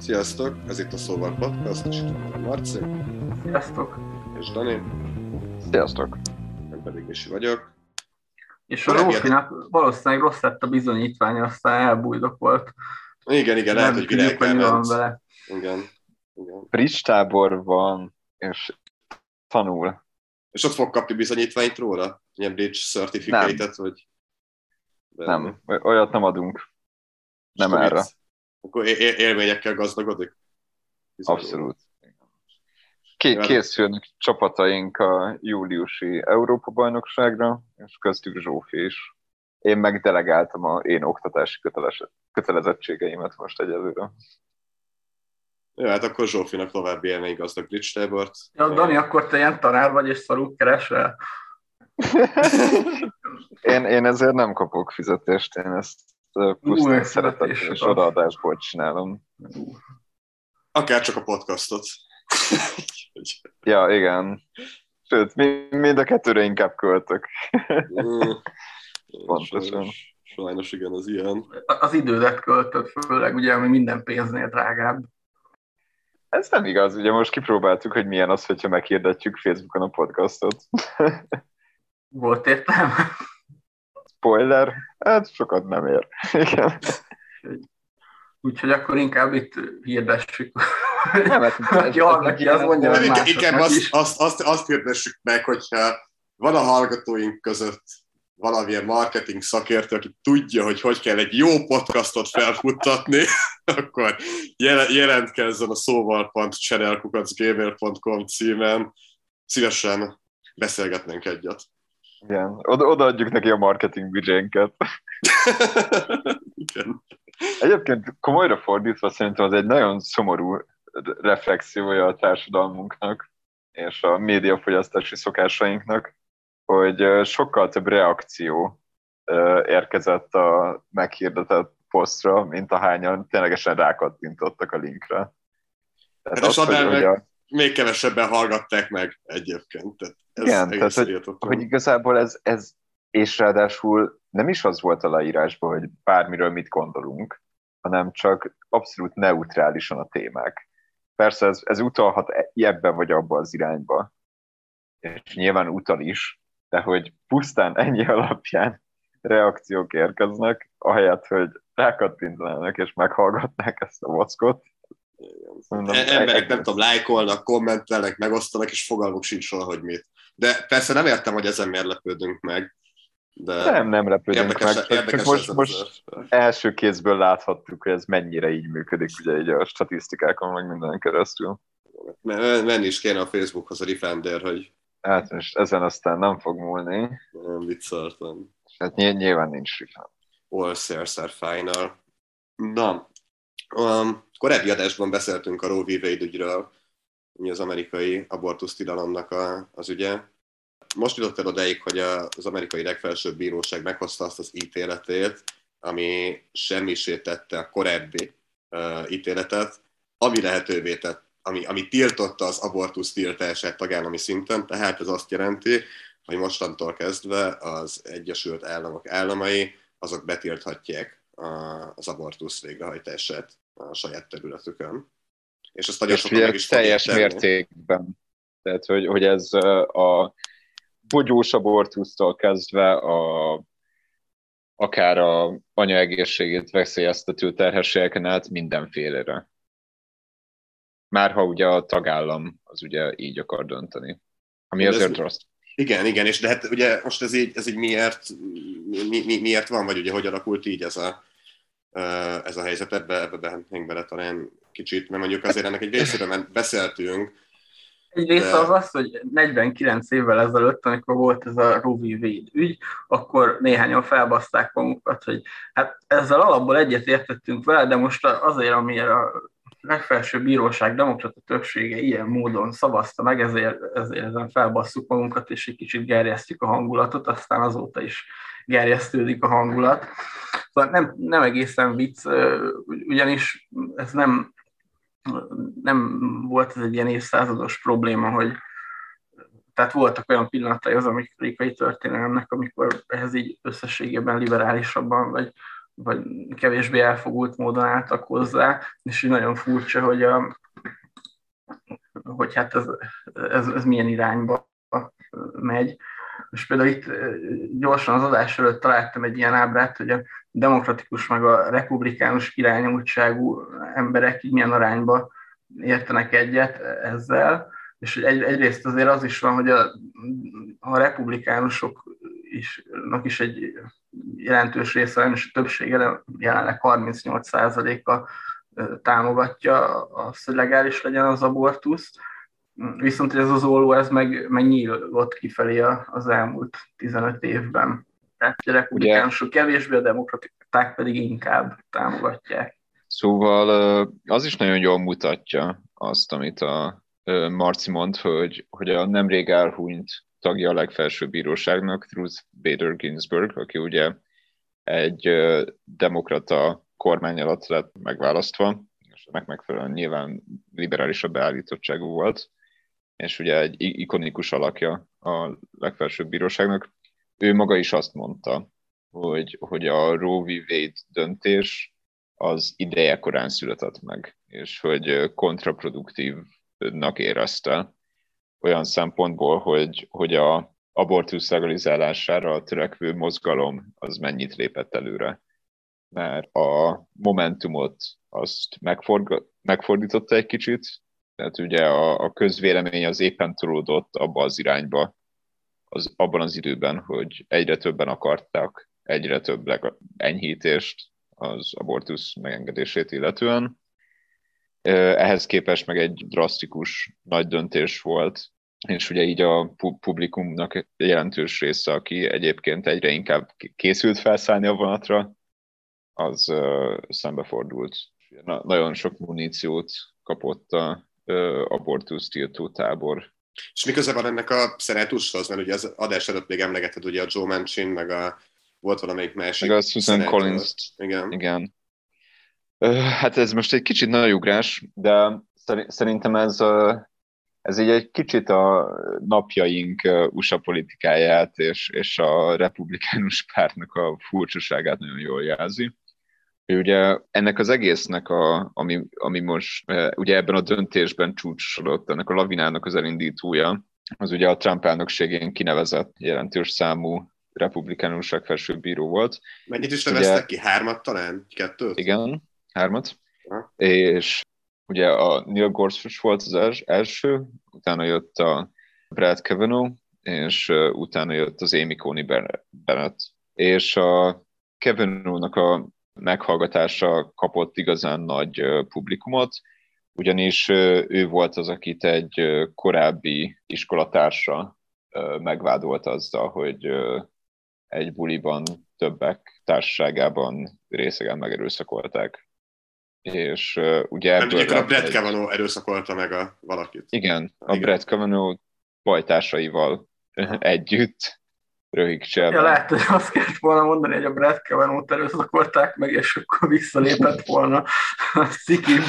Sziasztok! Ez itt a Szóval Podcast, és itt van Marci. Sziasztok! És Dani. Sziasztok! Én pedig Misi vagyok. És a Zsófinak valószínűleg rossz lett a bizonyítványa, aztán elbújdokolt. Igen, lehet, hogy virággá ment. Igen. Bridge tábor van, és tanul. És ott fog kapni bizonyítványt róla? Ilyen Bridge certificate-et, vagy... Nem, olyat nem adunk. Nem erre. Akkor élményekkel gazdagodik? Abszolút. Készülnek csapataink a júliusi Európa-bajnokságra, és köztük Zsófi is. Én meg delegáltam az én oktatási kötelezettségeimet most egyelőre. Jó, hát akkor Zsófinak további élménygazdag Bridge tábort. Ja, Dani, akkor te ilyen tanár vagy, és szarul keresel? Én ezért nem kapok fizetést, én ezt pusztán szeretet és odaadásból csinálom. Akár csak a podcastot. Ja, igen. Sőt, mind a kettőre inkább költök. Pontosan. Sajnos igen, az ilyen. Az idődet költött, főleg ugye, ami minden pénznél drágább. Ez nem igaz, ugye most kipróbáltuk, hogy milyen az, hogyha meghirdetjük Facebookon a podcastot. Volt értelme? Spoiler? Hát sokat nem ér. Igen. Úgyhogy akkor inkább itt hirdessük. Nem, inkább azt hirdessük meg, hogyha van a hallgatóink között valamilyen marketing szakértő, aki tudja, hogy kell egy jó podcastot felfuttatni, akkor jelentkezzen a szóval.channel@gmail.com címen. Szívesen beszélgetnénk egyet. Igen, odaadjuk neki a marketing büdzsénket. Igen. Egyébként komolyra fordítva szerintem az egy nagyon szomorú reflexiója a társadalmunknak és a médiafogyasztási szokásainknak, hogy sokkal több reakció érkezett a meghirdetett posztra, mint ahányan ténylegesen rákattintottak a linkre. Tehát hát az, még kevesebben hallgatták meg egyébként. Tehát hogy igazából ez, és ráadásul nem is az volt a leírásban, hogy bármiről mit gondolunk, hanem csak abszolút neutrálisan a témák. Persze ez utalhat ebben vagy abban az irányba, és nyilván utal is, de hogy pusztán ennyi alapján reakciók érkeznek, ahelyett, hogy rákattintanának és meghallgatnák ezt a vackot. Emberek nem tudom, lájkolnak, kommentelnek, megosztanak, és fogalmuk sincs róla, hogy mit. De persze nem értem, hogy ezen miért lepődünk meg. De nem lepődünk meg. Csak most első kézből láthattuk, hogy ez mennyire így működik, ugye így a statisztikákon, meg minden keresztül. Menni is kéne a Facebookhoz a Defender, hogy... Hát most ezen aztán nem fog múlni. Nem vicceltem. Hát nyilván nincs Defender. All sales are final. Na, korábbi adásban beszéltünk a Roe v. Wade ügyről, ami az amerikai abortusztilalomnak az ügye. Most jutott el odáig, hogy az amerikai legfelsőbb bíróság meghozta azt az ítéletét, ami semmisé tette a korábbi ítéletet, ami lehetővé tett, ami tiltotta az abortusz tiltását tagállami szinten, tehát ez azt jelenti, hogy mostantól kezdve az Egyesült Államok államai azok betilthatják az abortusz végrehajtását a saját területükön. És ezt nagyon sokan meg is teljes mértékben. Tehát, hogy ez a bogyós abortusztól kezdve akár a anyaegészségét veszélyeztető terhességeken át mindenfélére. Már ha ugye a tagállam az ugye így akar dönteni. Ami azért rossz. Igen, és de hát ugye most ez így miért van, vagy ugye hogy alakult így ez a helyzet, ebbe behetnénk bele talán kicsit, mert mondjuk azért ennek egy részéről beszéltünk. Egy része az, hogy 49 évvel ezelőtt, amikor volt ez a Roe v. Wade ügy, akkor néhányan felbaszták magukat, hogy hát ezzel alapból egyetértettünk vele, de most azért, amire a legfelsőbb bíróság demokrata többsége ilyen módon szavazta meg, ezért ezen felbasszuk magunkat, és egy kicsit gerjesztjük a hangulatot, aztán azóta is gerjesztődik a hangulat. Szóval nem egészen vicc, ugyanis ez nem volt ez egy ilyen évszázados probléma, hogy tehát voltak olyan pillanatai az amerikai történelemnek, amikor ehhez így összességében liberálisabban, vagy vagy kevésbé elfogult módon álltak hozzá, és így nagyon furcsa, hogy hát ez milyen irányba megy. És például itt gyorsan az adás előtt találtam egy ilyen ábrát, hogy a demokratikus meg a republikánus irányultságú emberek így milyen arányba értenek egyet ezzel, és egyrészt azért az is van, hogy a republikánusoknak is egy jelentős része, és a többsége, de jelenleg 38%-a támogatja azt, hogy legális legyen az abortusz. Viszont ez az olló, ez meg nyílott kifelé az elmúlt 15 évben. Tehát a republikánusok kevésbé, a demokraták pedig inkább támogatják. Szóval az is nagyon jól mutatja azt, amit a Marci mond, hogy a nemrég elhunyt tagja a legfelsőbb bíróságnak, Ruth Bader Ginsburg, aki ugye egy demokrata kormány alatt lett megválasztva, és ennek megfelelően nyilván liberálisabb beállítottságú volt, és ugye egy ikonikus alakja a legfelsőbb bíróságnak. Ő maga is azt mondta, hogy a Roe v. Wade döntés az idejekorán született meg, és hogy kontraproduktívnak érezte olyan szempontból, hogy a abortusz legalizálására törekvő mozgalom az mennyit lépett előre. Mert a momentumot azt megfordította egy kicsit, tehát ugye a közvélemény az éppen tolódott abba az irányba, abban az időben, hogy egyre többen akarták, egyre több enyhítést az abortusz megengedését illetően. Ehhez képest meg egy drasztikus nagy döntés volt, és ugye így a publikumnak jelentős része, aki egyébként egyre inkább készült felszállni a vonatra, az szembefordult. Nagyon sok muníciót kapott a abortusz tiltó tábor. És mi köze van ennek a szenátushoz? Mert ugye az adás előtt még emlegeted ugye a Joe Manchin, meg volt valamelyik másik. Meg a Susan Collins. Igen. Hát ez most egy kicsit nagy ugrás, de szerintem ez így egy kicsit a napjaink USA politikáját és a republikánus pártnak a furcsaságát nagyon jól jelzi. Ugye ennek az egésznek, ami most ugye ebben a döntésben csúcsosodott, ennek a lavinának az elindítója, az ugye a Trump elnökségén kinevezett jelentős számú republikánus legfelsőbb bíró volt. Mennyit is neveztek ki? 3 talán? 2? Igen, 3. És ugye a Neil Gorsuch volt az első, utána jött a Brett Kavanaugh, és utána jött az Amy Coney Bennett. És a Kavanaugh-nak a meghallgatása kapott igazán nagy publikumot, ugyanis ő volt az, akit egy korábbi iskolatársa megvádolt azzal, hogy egy buliban többek társaságában részegen megerőszakolták. És ugye nem tudjuk, a Brett Kavanaugh erőszakolta meg valakit. Igen, a Brett Kavanaugh bajtársaival együtt röhigcselben. Ja, lehet, hogy azt kellett volna mondani, hogy a Brett Kavanaugh-t erőszakolták meg, és akkor visszalépett volna a szikim.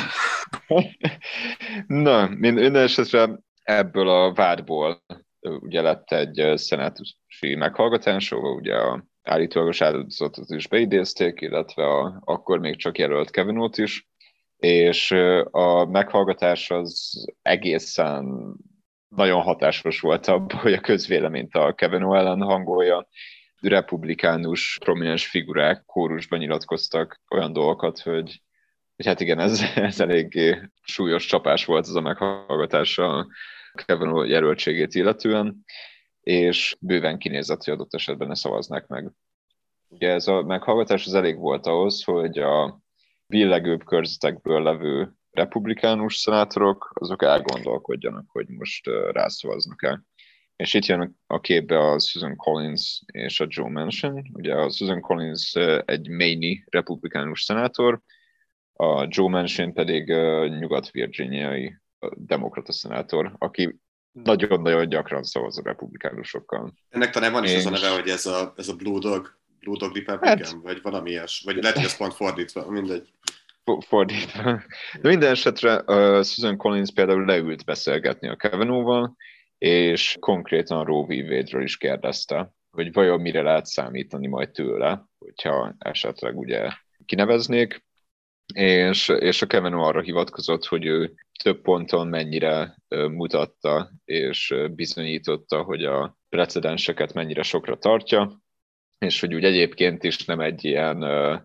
Na, minden esetre ebből a vádból ugye lett egy szenátusi meghallgatás, ahol ugye a állítólagos áldozatot is beidézték, illetve akkor még csak jelölt Kavanaugh-t is, és a meghallgatás az egészen nagyon hatásos volt abban, hogy a közvéleményt a Kavanaugh ellen hangolja. Republikánus prominens figurák kórusban nyilatkoztak olyan dolgokat, hogy hát igen, ez eléggé súlyos csapás volt ez a meghallgatás a Kavanaugh jelöltségét illetően, és bőven kinézett, hogy adott esetben ne szavaznák meg. Ugye ez a meghallgatás az elég volt ahhoz, hogy a billegőbb körzetekből levő republikánus szenátorok, azok elgondolkodjanak, hogy most rászavaznak-e. És itt jön a képbe a Susan Collins és a Joe Manchin. Ugye a Susan Collins egy Maine-i republikánus szenátor, a Joe Manchin pedig nyugat-virginiai demokrata szenátor, aki nagyon-nagyon gyakran szavaz a republikánusokkal. Ennek talán van is az a neve, hogy ez a Blue Dog Republican, hát, vagy valami ilyes, vagy lehet, hogy ez pont fordítva, mindegy. Fordítva. De minden esetre Susan Collins például leült beszélgetni a Kavanaugh-val, és konkrétan Roe v. Wade-ről is kérdezte, hogy vajon mire lehet számítani majd tőle, hogyha esetleg ugye kineveznék, és a Kavanaugh arra hivatkozott, hogy ő több ponton mennyire mutatta és bizonyította, hogy a precedenseket mennyire sokra tartja, és hogy úgy egyébként is nem egy ilyen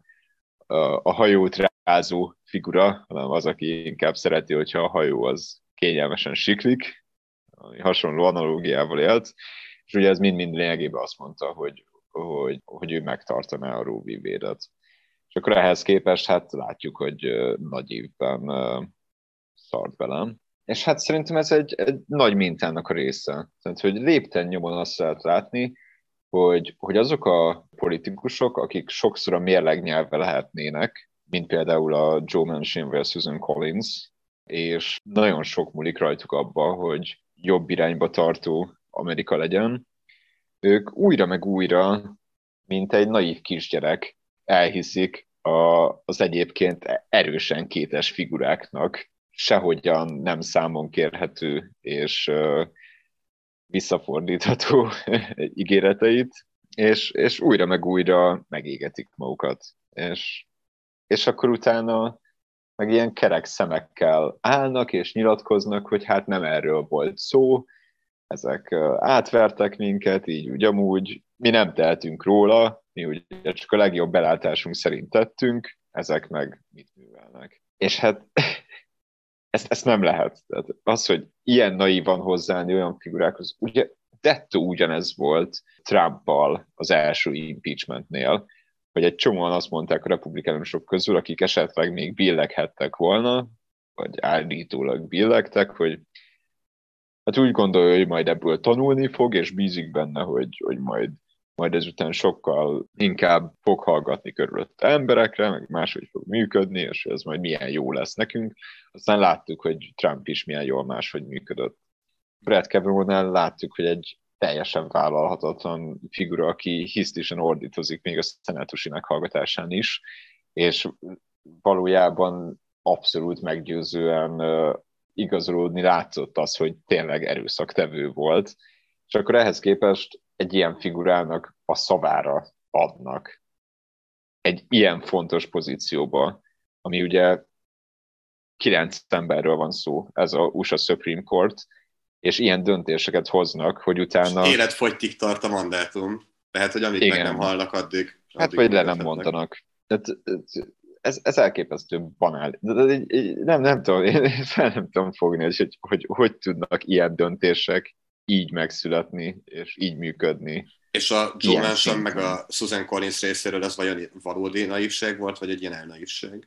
a hajót rázó figura, hanem az, aki inkább szereti, hogyha a hajó az kényelmesen siklik, hasonló analógiával élt, és ugye ez mind-mind lényegében azt mondta, hogy ő megtartaná a Roe v. Wade-et. És akkor ehhez képest hát látjuk, hogy nagy évben szart velem. És hát szerintem ez egy nagy mintának a része. Tehát, hogy lépten nyomon azt lehet látni, hogy azok a politikusok, akik sokszor a mérlegnyelve lehetnének, mint például a Joe Manchin vagy a Susan Collins, és nagyon sok múlik rajtuk abba, hogy jobb irányba tartó Amerika legyen, ők újra meg újra, mint egy naív kisgyerek, elhiszik az egyébként erősen kétes figuráknak sehogyan nem számon kérhető és visszafordítható ígéreteit, és újra meg újra megégetik magukat. És akkor utána meg ilyen kerek szemekkel állnak és nyilatkoznak, hogy hát nem erről volt szó, ezek átvertek minket, így úgy amúgy, mi nem tehetünk róla, mi ugye csak a legjobb belátásunk szerint tettünk, ezek meg mit művelnek. És hát ezt nem lehet. Tehát az, hogy ilyen naívan hozzáállni olyan figurákhoz, ugye dettó ugyanez volt Trumpal az első impeachmentnél, hogy egy csomóan azt mondták a republikánusok közül, akik esetleg még billeghettek volna, vagy állítólag billegtek, hogy hát úgy gondolja, hogy majd ebből tanulni fog, és bízik benne, hogy majd ezután sokkal inkább fog hallgatni körülötte emberekre, meg máshogy fog működni, és ez majd milyen jó lesz nekünk. Aztán láttuk, hogy Trump is milyen jól máshogy működött. Brett Kavanaghnál láttuk, hogy egy teljesen vállalhatatlan figura, aki hisztisen ordítozik még a szenátusi meghallgatásán is, és valójában abszolút meggyőzően igazolódni látszott az, hogy tényleg erőszaktevő volt. És akkor ehhez képest egy ilyen figurának a szavára adnak egy ilyen fontos pozícióba, ami ugye 9 emberről van szó, ez a USA Supreme Court, és ilyen döntéseket hoznak, hogy utána... És életfogytig tart a mandátum. Tehát, hogy amíg meg nem halnak, addig hát, vagy le nem mondanak. Tehát, ez elképesztő banál. Nem tudom, én fel nem tudom fogni, hogy tudnak ilyen döntések így megszületni, és így működni. És a Joe Manchin meg a Susan Collins részéről ez vajon valódi naivség volt, vagy egy ilyen elnaivség?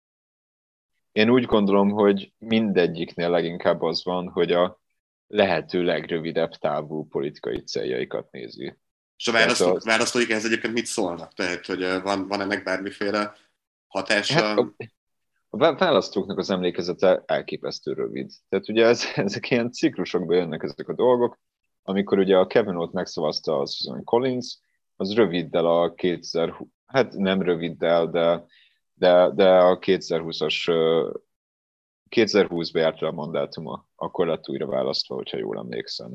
Én úgy gondolom, hogy mindegyiknél leginkább az van, hogy a lehető legrövidebb távú politikai céljaikat nézi. És a választóik ehhez egyébként mit szólnak? Tehát, hogy van ennek bármiféle hatása? Hát a választóknak az emlékezete elképesztő rövid. Tehát ugye ezek ilyen ciklusokba jönnek ezek a dolgok, amikor ugye a Kavanagh-t megszavazta a Susan Collins, az röviddel a 2020, hát nem röviddel, de a 2020-as 2020-ba járt a mandátuma, akkor lett újra választva, hogyha jól emlékszem.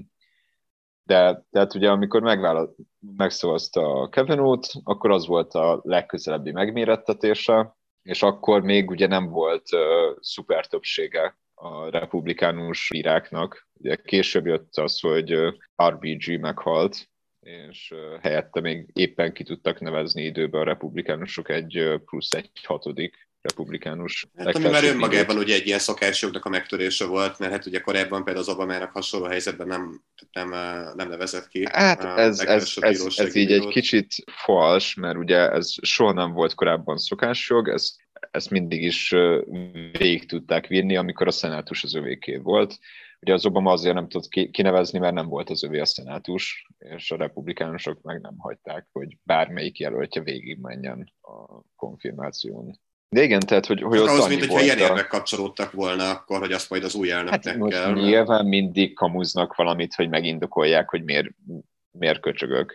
Tehát ugye amikor megszavazta a Kavanagh-t, akkor az volt a legközelebbi megmérettetése, és akkor még ugye nem volt szuper többsége a republikánus bíráknak. Ugye később jött az, hogy RBG meghalt, és helyette még éppen ki tudtak nevezni időben a republikánusok egy plusz egy hatodik republikánus. Hát ami már önmagában ugye egy ilyen szokásjognak a megtörése volt, mert hát ugye korábban például az Obamának hasonló helyzetben nem nevezett ki. Hát ez így egy kicsit fals, mert ugye ez soha nem volt korábban szokásjog, ezt mindig is végig tudták vinni, amikor a szenátus az övéké volt. Ugye az Obama azért nem tudott kinevezni, mert nem volt az övé a szenátus, és a republikánusok meg nem hagyták, hogy bármelyik jelöltje végigmenjen a konfirmáción. De igen, tehát, hogy ott ahhoz, mint hogyha ilyen érvek kapcsolódtak volna akkor, hogy azt majd az új elnöknek kell. Nyilván mindig kamuznak valamit, hogy megindokolják, hogy miért köcsögök.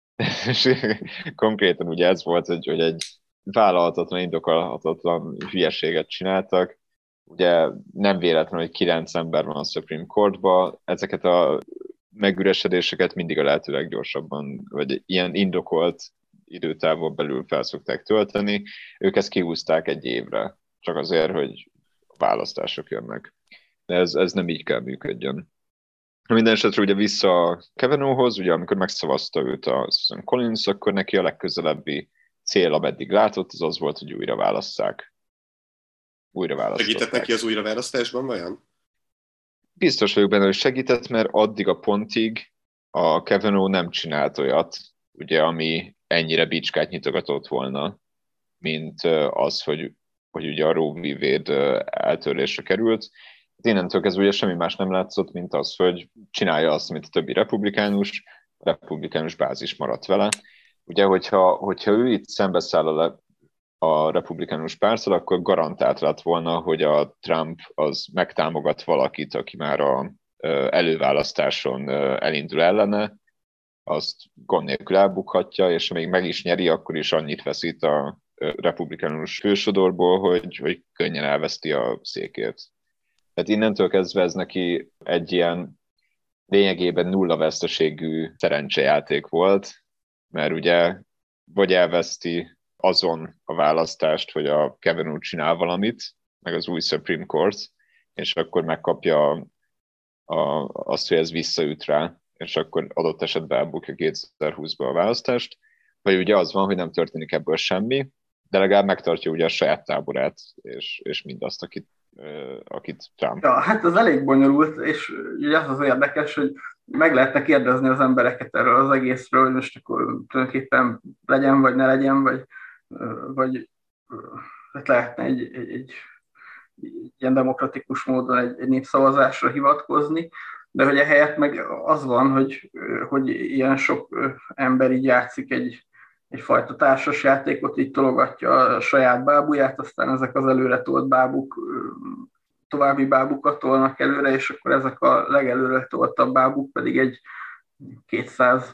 Konkrétan ugye ez volt, hogy egy vállalhatatlan, indokolhatatlan hülyeséget csináltak. Ugye nem véletlen, hogy 9 ember van a Supreme Courtba, ezeket a megüresedéseket mindig a lehető leggyorsabban, vagy ilyen indokolt időtávon belül fel szokták tölteni, ők ezt kihúzták egy évre, csak azért, hogy választások jönnek. De ez nem így kell működjön. Minden esetre ugye vissza Kavanaughhoz, ugye amikor megszavazta őt a Susan Collins, akkor neki a legközelebbi cél, ameddig látott, az volt, hogy újra válasszák. Segített neki az újraválasztásban vajon? Biztos vagyok benne, hogy segített, mert addig a pontig a Kavanaugh nem csinált olyat, ugye, ami ennyire bicskát nyitogatott volna, mint az, hogy ugye a Roe v. Wade eltörlésre került. Innentől kezdve ugye semmi más nem látszott, mint az, hogy csinálja azt, mint a többi republikánus bázis maradt vele. Ugye, hogyha ő itt szembeszáll a republikánus párttal, akkor garantált lett volna, hogy a Trump az megtámogat valakit, aki már a előválasztáson elindul ellene, azt gond nélkül elbukhatja, és ha még meg is nyeri, akkor is annyit veszít a republikánus fősodorból, hogy könnyen elveszti a székét. Tehát innentől kezdve ez neki egy ilyen lényegében nulla veszteségű szerencsejáték volt, mert ugye vagy elveszti azon a választást, hogy a Kavanaugh csinál valamit, meg az új Supreme Court, és akkor megkapja azt, hogy ez visszaüt rá, és akkor adott esetben elbukja 2020-ban a választást, vagy ugye az van, hogy nem történik ebből semmi, de legalább megtartja ugye a saját táborát, és mindazt, akit Trump. Ja, hát ez elég bonyolult, és ugye az érdekes, hogy meg lehetne kérdezni az embereket erről az egészről, hogy most akkor tulajdonképpen legyen, vagy ne legyen, vagy lehetne egy ilyen demokratikus módon egy népszavazásra hivatkozni, de hogy ehelyett meg az van, hogy ilyen sok ember így játszik egyfajta társasjátékot, így tologatja a saját bábuját, aztán ezek az előre tolt bábuk további bábukat tolnak előre, és akkor ezek a legelőre toltabb bábuk pedig egy 250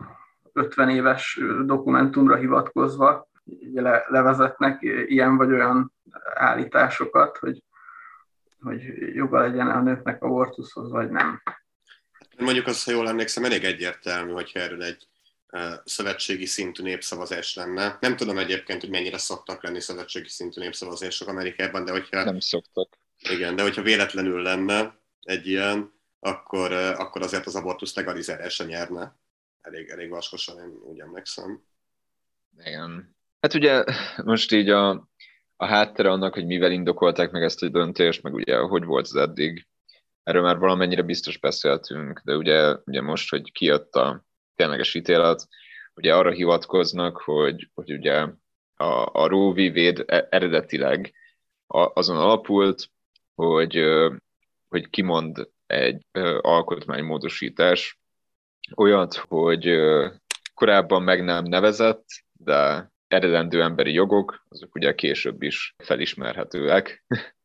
éves dokumentumra hivatkozva levezetnek ilyen vagy olyan állításokat, hogy joga legyen a nőknek abortuszhoz, vagy nem. Mondjuk azt, ha jól emlékszem, elég egyértelmű, hogyha erről egy szövetségi szintű népszavazás lenne. Nem tudom egyébként, hogy mennyire szoktak lenni szövetségi szintű népszavazások Amerikában, de hogyha... Nem szoktak. Igen, de hogyha véletlenül lenne egy ilyen, akkor azért az abortusz legalizálása nyerne. Elég vaskosan, én úgy emlékszem. Igen. Hát ugye most így a háttere annak, hogy mivel indokolták meg ezt a döntést, meg ugye hogy volt az eddig, erről már valamennyire biztos beszéltünk, de ugye most, hogy kijött a tényleges ítélet, ugye arra hivatkoznak, hogy ugye a Roe v. Wade eredetileg azon alapult, hogy kimond egy alkotmánymódosítás olyat, hogy korábban meg nem nevezett, de eredendő emberi jogok, azok ugye később is felismerhetőek,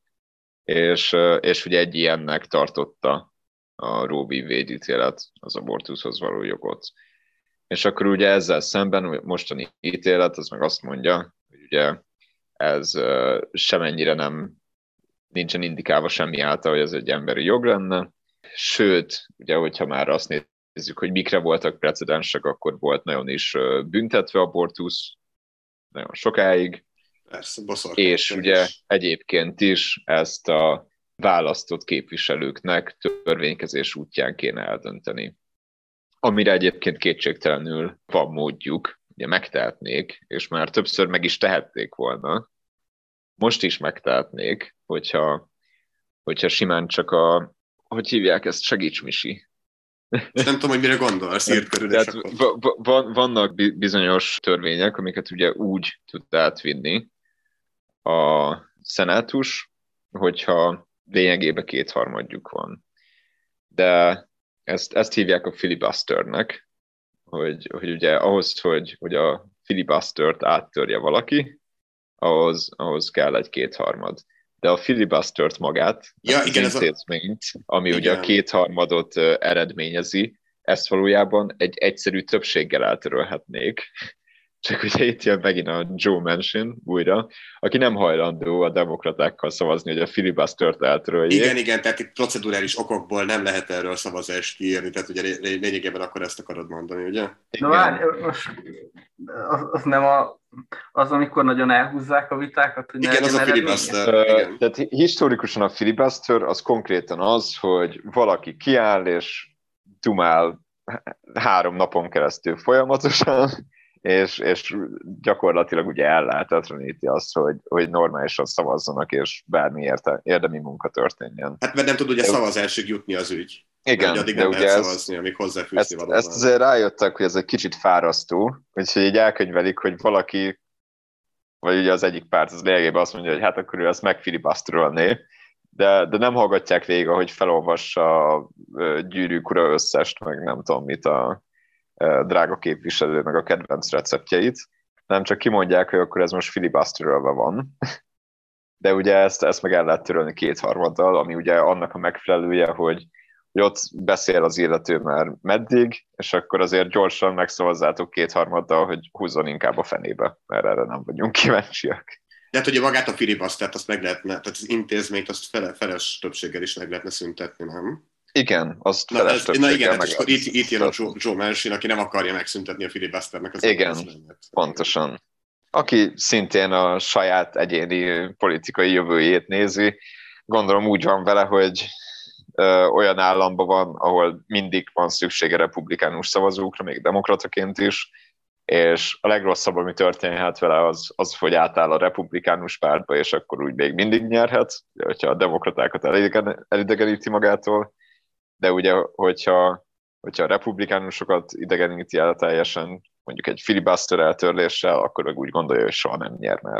és ugye egy ilyennek tartotta a Roe v. Wade ítélet az abortuszhoz való jogot. És akkor ugye ezzel szemben a mostani ítélet az meg azt mondja, hogy ugye ez semennyire nincsen indikálva semmi által, hogy ez egy emberi jog lenne. Sőt, ugye, hogyha már azt nézzük, hogy mikre voltak precedensek, akkor volt nagyon is büntetve abortusz, nagyon sokáig. Persze, és ugye egyébként is ezt a választott képviselőknek törvénykezés útján kéne eldönteni. Amire egyébként kétségtelenül van módjuk, ugye megtehetnék, és már többször meg is tehették volna. Most is megtehetnék, hogyha simán csak hogy hívják ezt, segíts Misi. Nem tudom, hogy mire gondolsz, írt körül. Vannak bizonyos törvények, amiket ugye úgy tud átvinni a szenátus, hogyha lényegében 2/3 van. De ezt hívják a filibusternek, hogy ugye ahhoz, hogy a filibustert áttörje valaki, ahhoz kell egy 2/3. De a filibustert magát, az intézményt, ami igen, ugye a 2/3 eredményezi, ezt valójában egy egyszerű többséggel eltörölhetnék. Csak ugye itt jön megint a Joe Manchin újra, aki nem hajlandó a demokratákkal szavazni, hogy a filibustert eltöröljék. Igen, tehát itt procedurális okokból nem lehet erről szavazást kiírni, tehát ugye lényegében akkor ezt akarod mondani, ugye? De várj, most az nem az, amikor nagyon elhúzzák a vitákat, hogy igen, az a filibuster. Tehát historikusan a filibuster az konkrétan az, hogy valaki kiáll és dumál 3 napon keresztül folyamatosan, és gyakorlatilag ugye ellehetetleníti azt, hogy normálisan szavazzanak, és bármi érdemi munka történjen. Hát mert nem tud ugye szavazásig jutni az ügy. Igen, addig de nem ugye lehet szavazni, amíg hozzáfűzni valóban. Ezt azért rájöttek, hogy ez egy kicsit fárasztó, úgyhogy így elkönyvelik, hogy valaki, vagy ugye az egyik párt az lényegében azt mondja, hogy hát akkor ő ezt megfilibusterölné, de nem hallgatják végig, ahogy felolvassa a Gyűrűk ura összest, meg nem tudom mit a drága képviselő, meg a kedvenc receptjeit, nem csak kimondják, hogy akkor ez most filibusterölve van. De ugye ezt meg el lehet törölni 2/3, ami ugye annak a megfelelője, hogy ott beszél az illető már meddig, és akkor azért gyorsan megszavazzátok 2/3, hogy húzzon inkább a fenébe, mert erre nem vagyunk kíváncsiak. De hát ugye magát a filibustert azt meg lehetne, tehát az intézményt azt feles többséggel is meg lehetne szüntetni, nem? Igen, azt feles többséggel igen, hát akkor itt jön a Joe Manchin, aki nem akarja megszüntetni a filibusternek az igen, pontosan. Aki szintén a saját egyéni politikai jövőjét nézi, gondolom úgy van vele, hogy olyan államban van, ahol mindig van szüksége republikánus szavazókra, még demokrataként is, és a legrosszabb, ami történhet vele, az hogy átáll a republikánus pártba, és akkor úgy még mindig nyerhet, hogyha a demokratákat elidegeníti magától, de ugye, hogyha a republikánusokat idegeníti el teljesen, mondjuk egy filibuster eltörléssel, akkor meg úgy gondolja, hogy soha nem nyer már.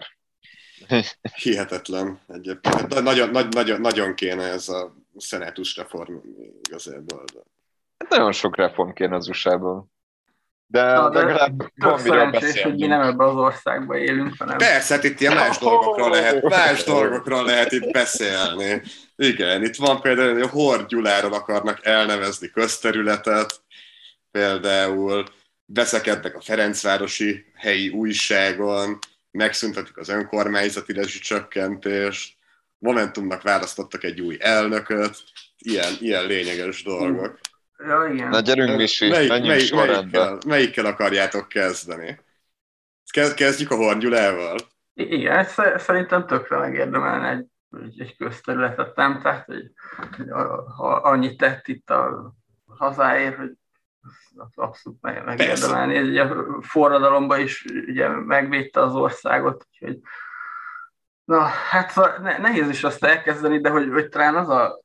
Hihetetlen egyébként. Nagyon kéne ez a szenátus reform igazából. Nagyon sok reform kéne az USA-ban. De legalább van miről beszélni. Hogy mi nem ebben az országban élünk, hanem... Persze, hát itt ilyen más dolgokról lehet itt beszélni. Igen, itt van például, hogy a Horn Gyuláról akarnak elnevezni közterületet, például beszekednek a Ferencvárosi helyi újságon, megszüntetik az önkormányzati rezsicsökkentést, Momentumnak választottak egy új elnököt, ilyen lényeges dolgok. Ja, igen. Na gyerünk, Misi, menjünk sorrendbe. Melyikkel akarjátok kezdeni? Kezdjük a Horn Gyulával? Igen, szerintem tökre megérdemelne egy közterületet, nem? Tehát, hogy annyit tett itt a hazáért, hogy abszolút megérdemelni. Ugye a forradalomban is ugye megvédte az országot, úgyhogy na, hát nehéz is azt elkezdeni, de hogy talán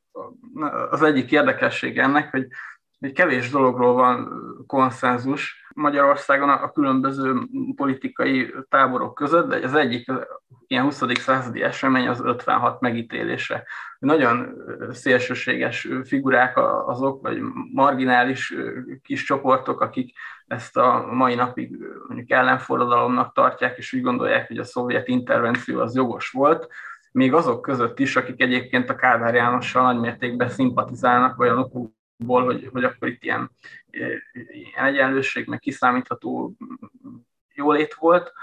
az egyik érdekesség ennek, hogy kevés dologról van konszenzus Magyarországon a különböző politikai táborok között, de az egyik ilyen 20. századi esemény az 56 megítélése. Nagyon szélsőséges figurák azok, vagy marginális kis csoportok, akik ezt a mai napig mondjuk ellenforradalomnak tartják, és úgy gondolják, hogy a szovjet intervenció az jogos volt, még azok között is, akik egyébként a Kádár Jánossal nagymértékben szimpatizálnak olyanokból, hogy akkor itt ilyen egyenlőség, meg kiszámítható jólét volt,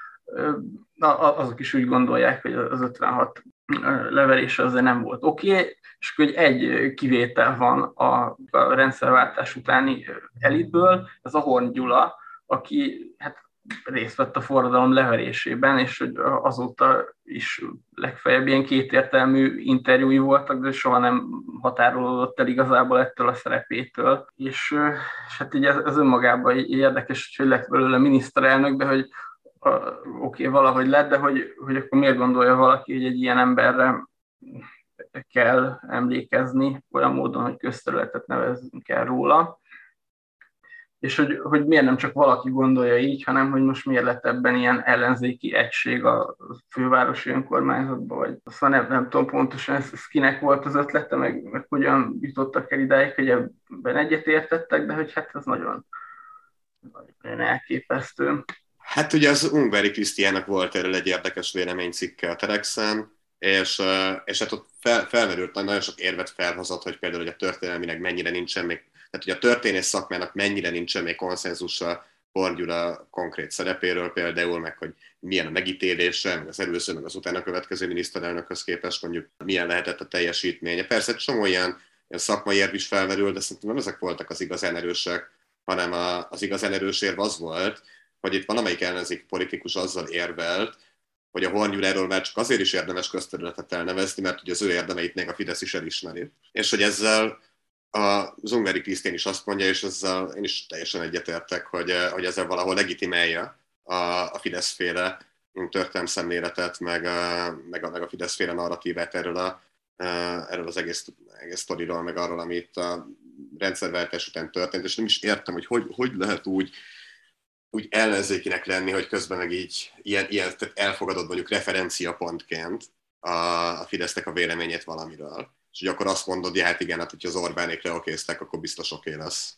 azok is úgy gondolják, hogy az 56 leverése azért nem volt oké, és hogy egy kivétel van a rendszerváltás utáni elitből, ez a Horn Gyula, aki hát részt vett a forradalom leverésében, és hogy azóta is legfeljebb ilyen kétértelmű interjúi voltak, de soha nem határolódott el igazából ettől a szerepétől. És hát így ez önmagában érdekes, hogy lett belőle miniszterelnök, de hogy oké, valahogy lett, de hogy akkor miért gondolja valaki, hogy egy ilyen emberre kell emlékezni olyan módon, hogy közterületet nevezzünk el róla. És hogy miért nem csak valaki gondolja így, hanem hogy most miért lett ebben ilyen ellenzéki egység a fővárosi önkormányzatban, vagy aztán nem tudom pontosan, ez kinek volt az ötlete, meg hogyan jutottak el idáig, hogy ebben egyetértettek, de hogy hát ez nagyon elképesztő. Hát ugye az Ungvári Krisztiának volt erről egy érdekes véleménycikke a Telexen, és hát ott felmerült, nagyon sok érvet felhozott, hogy például hogy a történelmileg mennyire nincsen még, tehát hogy a történész szakmának mennyire nincsen még konszenzusa Horn Gyula konkrét szerepéről például, meg hogy milyen a megítélése, meg az előző, meg az utána következő miniszterelnökhöz képest mondjuk milyen lehetett a teljesítménye. Persze egy csomó ilyen szakmai érv is felmerül, de szerintem nem ezek voltak az igazán erősek, hanem az igazán erős érv az volt, hogy itt valamelyik ellenzéki politikus azzal érvelt, hogy a Horn Gyuláról már csak azért is érdemes közterületet elnevezni, mert ugye az ő érdemeit még a Fidesz is elismeri. És hogy ezzel a Zungari Krisztián is azt mondja, és ezzel én is teljesen egyetértek, hogy ezzel valahol legitimálja a Fidesz-féle történelmszemléletet, meg a Fidesz-féle narratívát erről az egész sztoriról, meg arról, ami itt a rendszerváltás után történt, és nem is értem, hogy lehet úgy ellenzékinek lenni, hogy közben meg így ilyen tehát elfogadod mondjuk referenciapontként a Fidesznek a véleményét valamiről. És hogy akkor azt mondod, hát igen, hát hogyha az Orbánékre okéztek, akkor biztos oké lesz.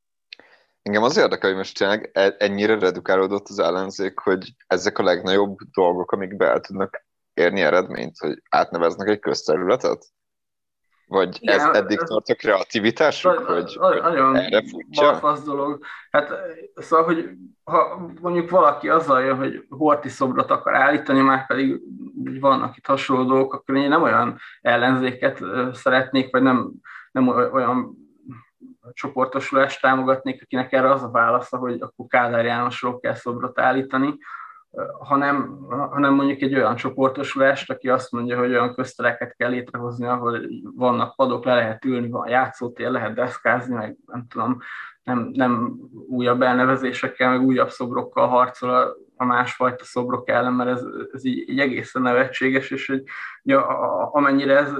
Engem az érdekel, hogy most tényleg ennyire redukálódott az ellenzék, hogy ezek a legnagyobb dolgok, amik el tudnak érni eredményt, hogy átneveznek egy közterületet? Vagy igen, ez eddig tart a kreativitásuk, hogy erre futja? Nagyon dolog. Hát szóval, hogy ha mondjuk valaki azzal jön, hogy Horthy szobrot akar állítani, már pedig vannak itt hasonló dolgok, akkor én nem olyan ellenzéket szeretnék, vagy nem olyan csoportosulást támogatnék, akinek erre az a válasza, hogy akkor Kádár Jánosról kell szobrot állítani, hanem mondjuk egy olyan csoportosulást, aki azt mondja, hogy olyan köztereket kell létrehozni, ahol vannak padok, le lehet ülni, van játszótér, lehet deszkázni, meg nem tudom, nem újabb elnevezésekkel, meg újabb szobrokkal harcol a másfajta szobrok ellen, mert ez így egészen nevetséges, és hogy amennyire ez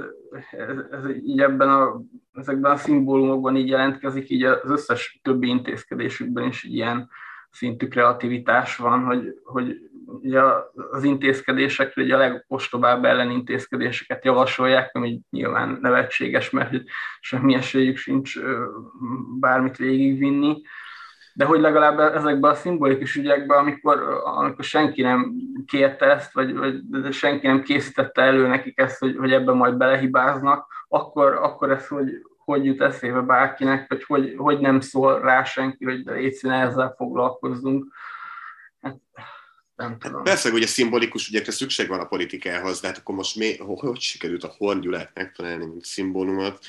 így ezekben a szimbólumokban így jelentkezik, így az összes többi intézkedésükben is ilyen szintű kreativitás van, hogy ugye az intézkedésekre ugye a legostobább ellenintézkedéseket javasolják, ami nyilván nevetséges, mert semmi esélyük sincs bármit végigvinni, de hogy legalább ezekben a szimbolikus ügyekben, amikor senki nem kérte ezt, vagy senki nem készítette elő nekik ezt, hogy ebben majd belehibáznak, akkor ez hogy jut eszébe bárkinek, hogy nem szól rá senki, hogy légy színe, ezzel foglalkozzunk. Hát, nem tudom. Persze, hogy a szimbolikus ügyekre szükség van a politikához, de hát akkor most hogy sikerült a Horn Gyulát megtalálni, mint szimbólumot?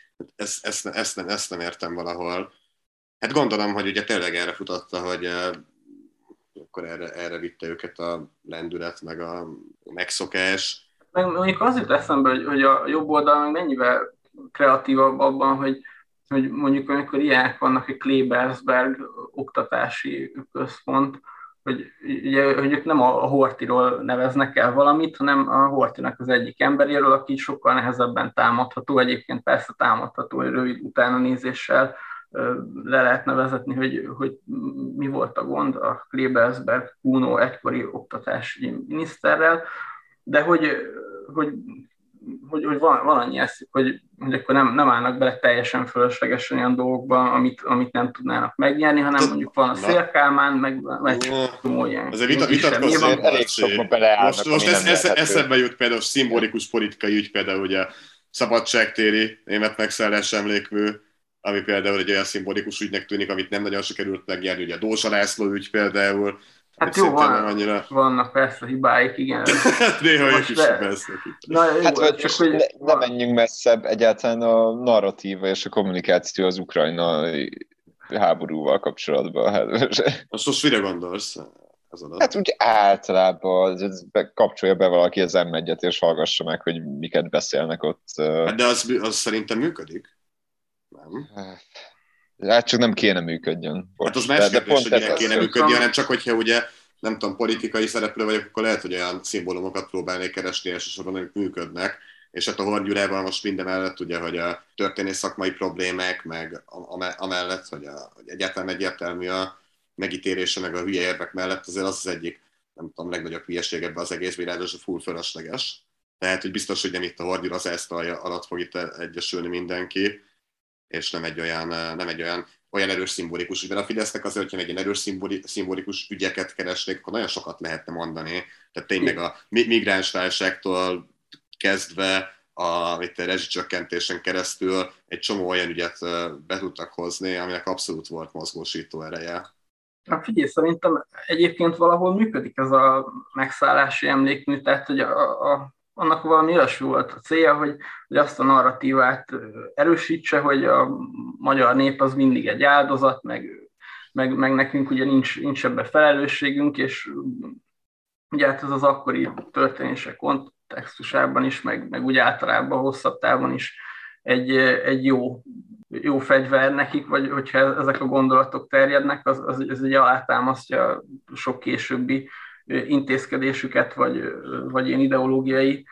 Ezt nem értem valahol. Hát gondolom, hogy ugye tényleg erre futotta, hogy akkor erre vitte őket a lendület, meg a megszokás. Mondjuk az jut eszembe, hogy a jobb oldal meg mennyivel kreatívabb abban, hogy mondjuk amikor ilyenek vannak, egy Klebersberg oktatási központ, hogy ugye hogy ők nem a Horthyról neveznek el valamit, hanem a Horthynak az egyik emberéről, aki sokkal nehezebben támadható, egyébként persze támadható, hogy rövid utánanézéssel le lehetne vezetni, hogy mi volt a gond a Klebersberg Kuno egykori oktatási miniszterrel, de hogy van annyi eszük, hogy akkor nem állnak bele teljesen fölöslegesen olyan dolgokba, amit nem tudnának megnyerni, hanem mondjuk van a Széll Kálmán, meg csomó ilyen. Azért vitatkozzunk. Elég sokba beleállnak. Most eszembe jut például szimbolikus politikai ügy, például ugye szabadságtéri német megszállás emlékmű, ami például egy olyan szimbolikus ügynek tűnik, amit nem nagyon sikerült megnyerni, ugye a Dózsa László ügy például. Hát jó, vannak persze hibáik, igen. Néha ők is vesznek. Hát vagy ne menjünk messzebb, egyáltalán a narratíva és a kommunikáció az ukrajnai háborúval kapcsolatban. Most mire gondolsz? Hát úgy általában kapcsolja be valaki az M1-et, és hallgassa meg, hogy miket beszélnek ott. Hát de az szerintem működik? Nem? Hát csak nem kéne működjön. Hát az más kérdés, hogy miért kéne működni, hanem csak hogyha ugye, nem tudom, politikai szereplő vagyok, akkor lehet, hogy olyan szimbólumokat próbálnék keresni, elsősorban, amik működnek. És hát a Horn Gyulával most minden mellett, ugye, hogy a történész szakmai problémák, meg amellett, hogy egyáltalán egyértelmű a megítélése, meg a hülye érvek mellett, azért az egyik, nem tudom, legnagyobb hülyeség ebben az egész világban, a full fölösleges. Tehát, hogy biztos, hogy nem itt a Horn Gyula zászlaja alatt fog itt egyesülni mindenki, és nem egy olyan erős szimbolikus ügy. Mert a Fidesznek azért, hogyha egy ilyen erős szimbolikus ügyeket keresnék, akkor nagyon sokat lehetne mondani. Tehát tényleg a migráns válságtól kezdve a rezsicsökkentésen keresztül egy csomó olyan ügyet be tudtak hozni, aminek abszolút volt mozgósító ereje. Na figyelj, szerintem egyébként valahol működik ez a megszállási emlékmű, tehát hogy annak valami olyasmi volt a célja, hogy azt a narratívát erősítse, hogy a magyar nép az mindig egy áldozat, meg nekünk ugye nincs ebbe felelősségünk, és ugye hát ez az akkori történések kontextusában is, meg úgy általában hosszabb távon is egy jó fegyver nekik, vagy hogyha ezek a gondolatok terjednek, az ugye alátámasztja sok későbbi intézkedésüket, vagy ilyen ideológiai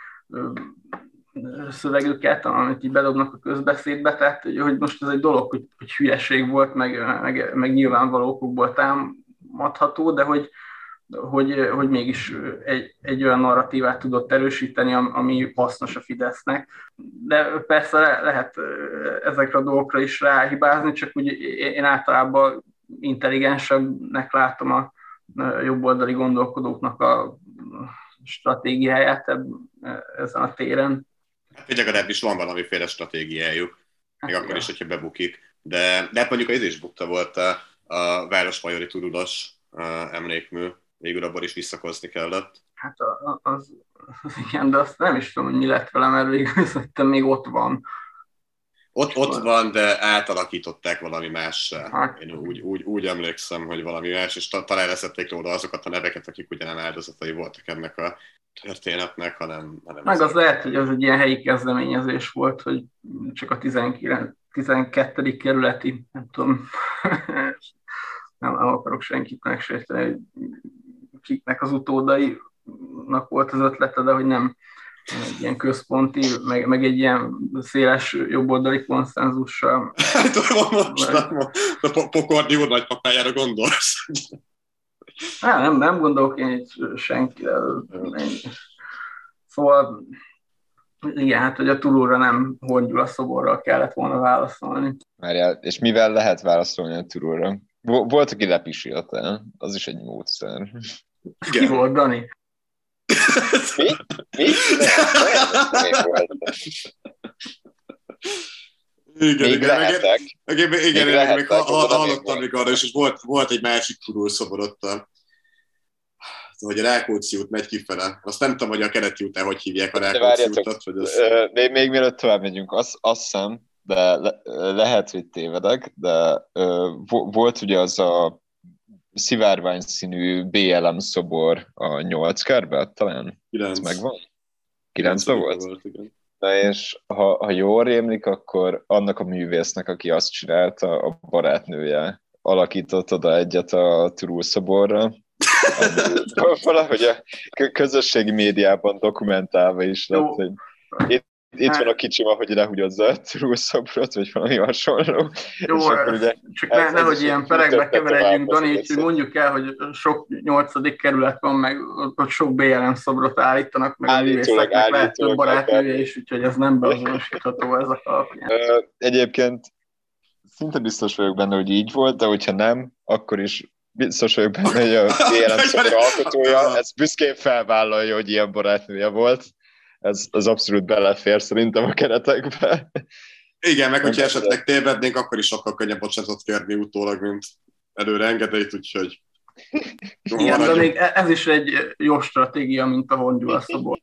szövegüket, amit így bedobnak a közbeszédbe, tehát hogy most ez egy dolog, hogy hülyeség volt, meg nyilvánvaló okokból támadható, de hogy mégis egy olyan narratívát tudott erősíteni, ami hasznos a Fidesznek. De persze lehet ezekre a dolgokra is ráhibázni, csak úgy én általában intelligensebbnek látom a jobboldali gondolkodóknak a stratégiáját ezen a téren. Hát legalábbis van valamiféle stratégiájuk, még akkor is, hogyha bebukik. De hát mondjuk az is bukta volt a Városmajori turulos emlékmű. Végül abban is visszakozni kellett. Hát az igen, de azt nem is tudom, hogy mi lett vele, mert végül szerintem még ott van. Ott van, de átalakították valami mássá. Hát. Én úgy emlékszem, hogy valami más, és talán leszették róla azokat a neveket, akik ugye nem áldozatai voltak ennek a történetnek, hanem meg az lehet, hogy ez egy ilyen helyi kezdeményezés volt, hogy csak a 12. kerületi, nem tudom, nem akarok senkit megsérteni, hogy kiknek az utódainak volt az ötlete, de hogy nem egy ilyen központi, meg egy ilyen széles jobboldali konszenzussal. Hát a Pokorni úr nagypapájára gondolsz? Nem gondolok én itt senkire. Szóval igen, hát hogy a Turulra nem Horn Gyula szoborral kellett volna válaszolni. Várjál, és mivel lehet válaszolni a Turulra? Volt, aki lepisílt el, az is egy módszer. Ki volt, Dani? Mi? Igen, még hallottam még arra is, és volt egy másik Turul szobor ott, hogy a Rákóczi út megy kifele. Azt nem tudom, hogy a Keleti útán hogy hívják a Rákóczi utat. Még mielőtt tovább megyünk, azt hiszem, de lehet, hogy tévedek, de volt ugye az a szivárvány színű BLM szobor a 8 kerben, talán? 9. Ez megvan? 9-ben volt? Igen. Na és ha jól rémlik, akkor annak a művésznek, aki azt csinálta, a barátnője alakított oda egyet a Turul szoborra. Valahogy a közösségi médiában dokumentálva is lett, hogy itt van a kicsim, ahogy lehúgyozza a Turul szobrot, vagy valami hasonló. Jó, csak nehogy ilyen perekbe keveredjünk, Dani, hogy mondjuk el, hogy sok 8. kerület van, meg ott sok BLM szobrot állítanak, meg a művészeknek lehet több barátnője is, úgyhogy ez nem beazonosítható ezek alapján. Egyébként szinte biztos vagyok benne, hogy így volt, de hogyha nem, akkor is biztos vagyok benne, hogy a BLM szobor alkotója ezt büszkén felvállalja, hogy ilyen barátnője volt. Ez abszolút belefér szerintem a keretekbe. Igen, meg hogyha esetleg tévednénk, akkor is sokkal könnyebb bocsánatot kérni utólag, mint előre engedélyt, úgyhogy... Igen, de még ez is egy jó stratégia, mint a Horn Gyula szobor.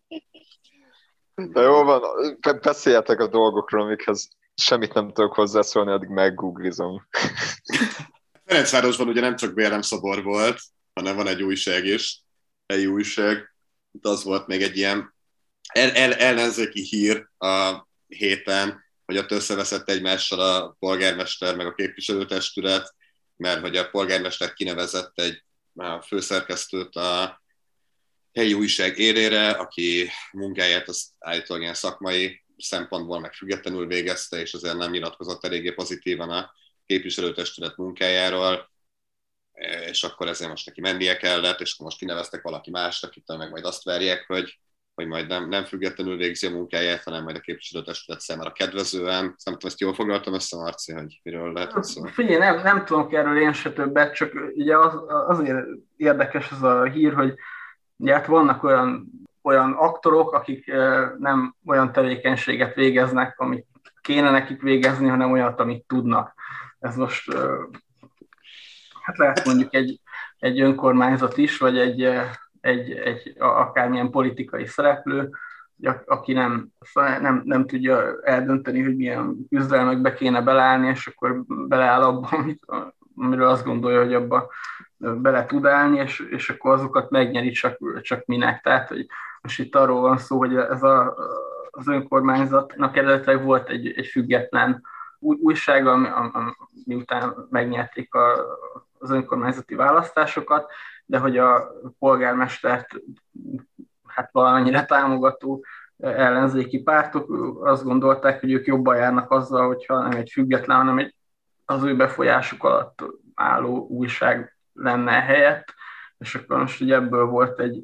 De jó van, beszéljetek a dolgokról, amikhez semmit nem tudok hozzászólni, addig meggooglizom. Ferencvárosban ugye nem csak BLM szobor volt, hanem van egy újság is, egy újság. Itt az volt még egy ilyen ellenzéki hír a héten, hogy ott összeveszett egymással a polgármester meg a képviselőtestület, mert hogy a polgármester kinevezett egy főszerkesztőt a helyi újság élére, aki munkáját azt állítólag ilyen szakmai szempontból meg függetlenül végezte, és azért nem nyilatkozott eléggé pozitívan a képviselőtestület munkájáról, és akkor ezért most neki mennie kellett, és most kineveztek valaki mást, akitől meg majd azt várják, hogy majd nem függetlenül végzi a munkáját, hanem majd a képviselőtestület számára kedvezően. Nem tudom, ezt jól foglaltam össze, Marci, hogy miről lehet szó? Figyelj, nem tudok erről én se többet, csak ugye azért érdekes ez a hír, hogy ugye hát vannak olyan aktorok, akik nem olyan tevékenységet végeznek, amit kéne nekik végezni, hanem olyat, amit tudnak. Ez most hát lehet mondjuk egy egy önkormányzat is, vagy egy akármilyen politikai szereplő, aki nem tudja eldönteni, hogy milyen küzdelmekbe kéne beleállni, és akkor beleáll abban, amiről azt gondolja, hogy abba bele tud állni, és akkor azokat megnyeri, csak minek. Tehát, hogy most itt arról van szó, hogy az önkormányzatnak eredetileg volt egy független újság, miután megnyerték az önkormányzati választásokat, de hogy a polgármestert hát valamennyire támogató ellenzéki pártok azt gondolták, hogy ők jobban járnak azzal, hogyha nem egy független, hanem az ő befolyásuk alatt álló újság lenne helyett, és akkor most ugye ebből volt egy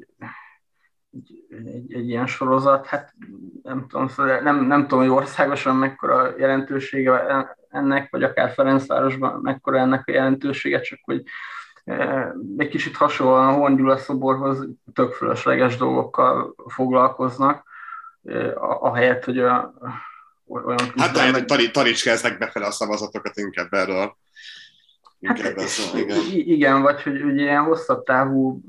ilyen sorozat, hát nem tudom, nem tudom, hogy országosan mekkora jelentősége ennek, vagy akár Ferencvárosban mekkora ennek a jelentősége, csak hogy egy kicsit hasonlóan a Horn Gyula szoborhoz tök fölösleges dolgokkal foglalkoznak, ahelyett, hogy olyan küzdelmek... Hát tanítsd befele a szavazatokat inkább erről. Igen, vagy hogy ilyen hosszabb távú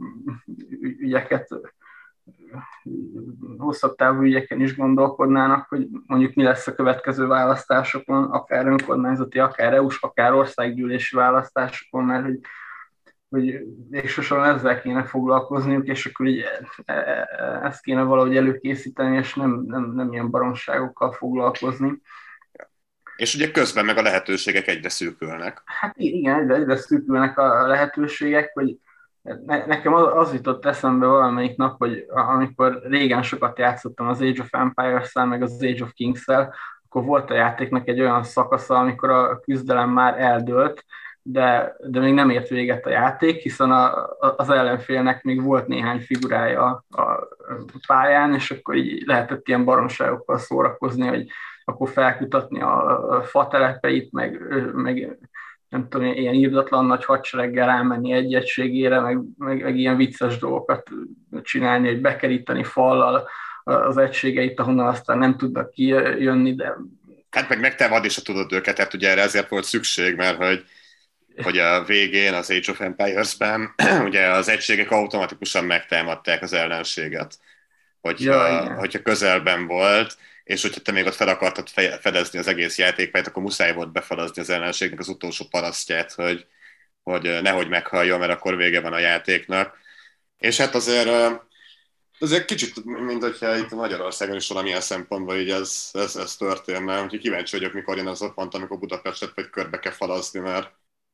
ügyeken is gondolkodnának, hogy mondjuk mi lesz a következő választásokon, akár önkormányzati, akár EU-s, akár országgyűlési választásokon, mert hogy végsősorban ezzel kéne foglalkozniuk, és akkor így ezt kéne valahogy előkészíteni, és nem ilyen baromságokkal foglalkozni. És ugye közben meg a lehetőségek egyre szűkülnek. Hát igen, egyre szűkülnek a lehetőségek, hogy nekem az jutott eszembe valamelyik nap, hogy amikor régen sokat játszottam az Age of Empires-szel, meg az Age of Kings-szel, akkor volt a játéknak egy olyan szakasza, amikor a küzdelem már eldőlt, de még nem ért véget a játék, hiszen az ellenfélnek még volt néhány figurája a pályán, és akkor így lehetett ilyen baromságokkal szórakozni, hogy akkor felkutatni a fatelepeit, meg nem tudom, ilyen írdatlan nagy hadsereggel rámenni egy egységére, meg ilyen vicces dolgokat csinálni, hogy bekeríteni fallal az egységeit, ahonnan aztán nem tudnak kijönni, de... Hát meg megtámad is, tudod őket, tehát ugye erre ezért volt szükség, mert hogy a végén az Age of Empires-ben ugye az egységek automatikusan megtámadták az ellenséget, hogyha közelben volt, és hogyha te még ott fel akartad fedezni az egész játékpályát, akkor muszáj volt befalazni az ellenségnek az utolsó parasztját, hogy nehogy meghalljon, mert akkor vége van a játéknak. És hát azért kicsit, mint hogyha itt Magyarországon is valamilyen szempontból így ez történne. Úgyhogy kíváncsi vagyok, mikor jön az a pont, amikor Budapestet vagy körbe kell falazni, mert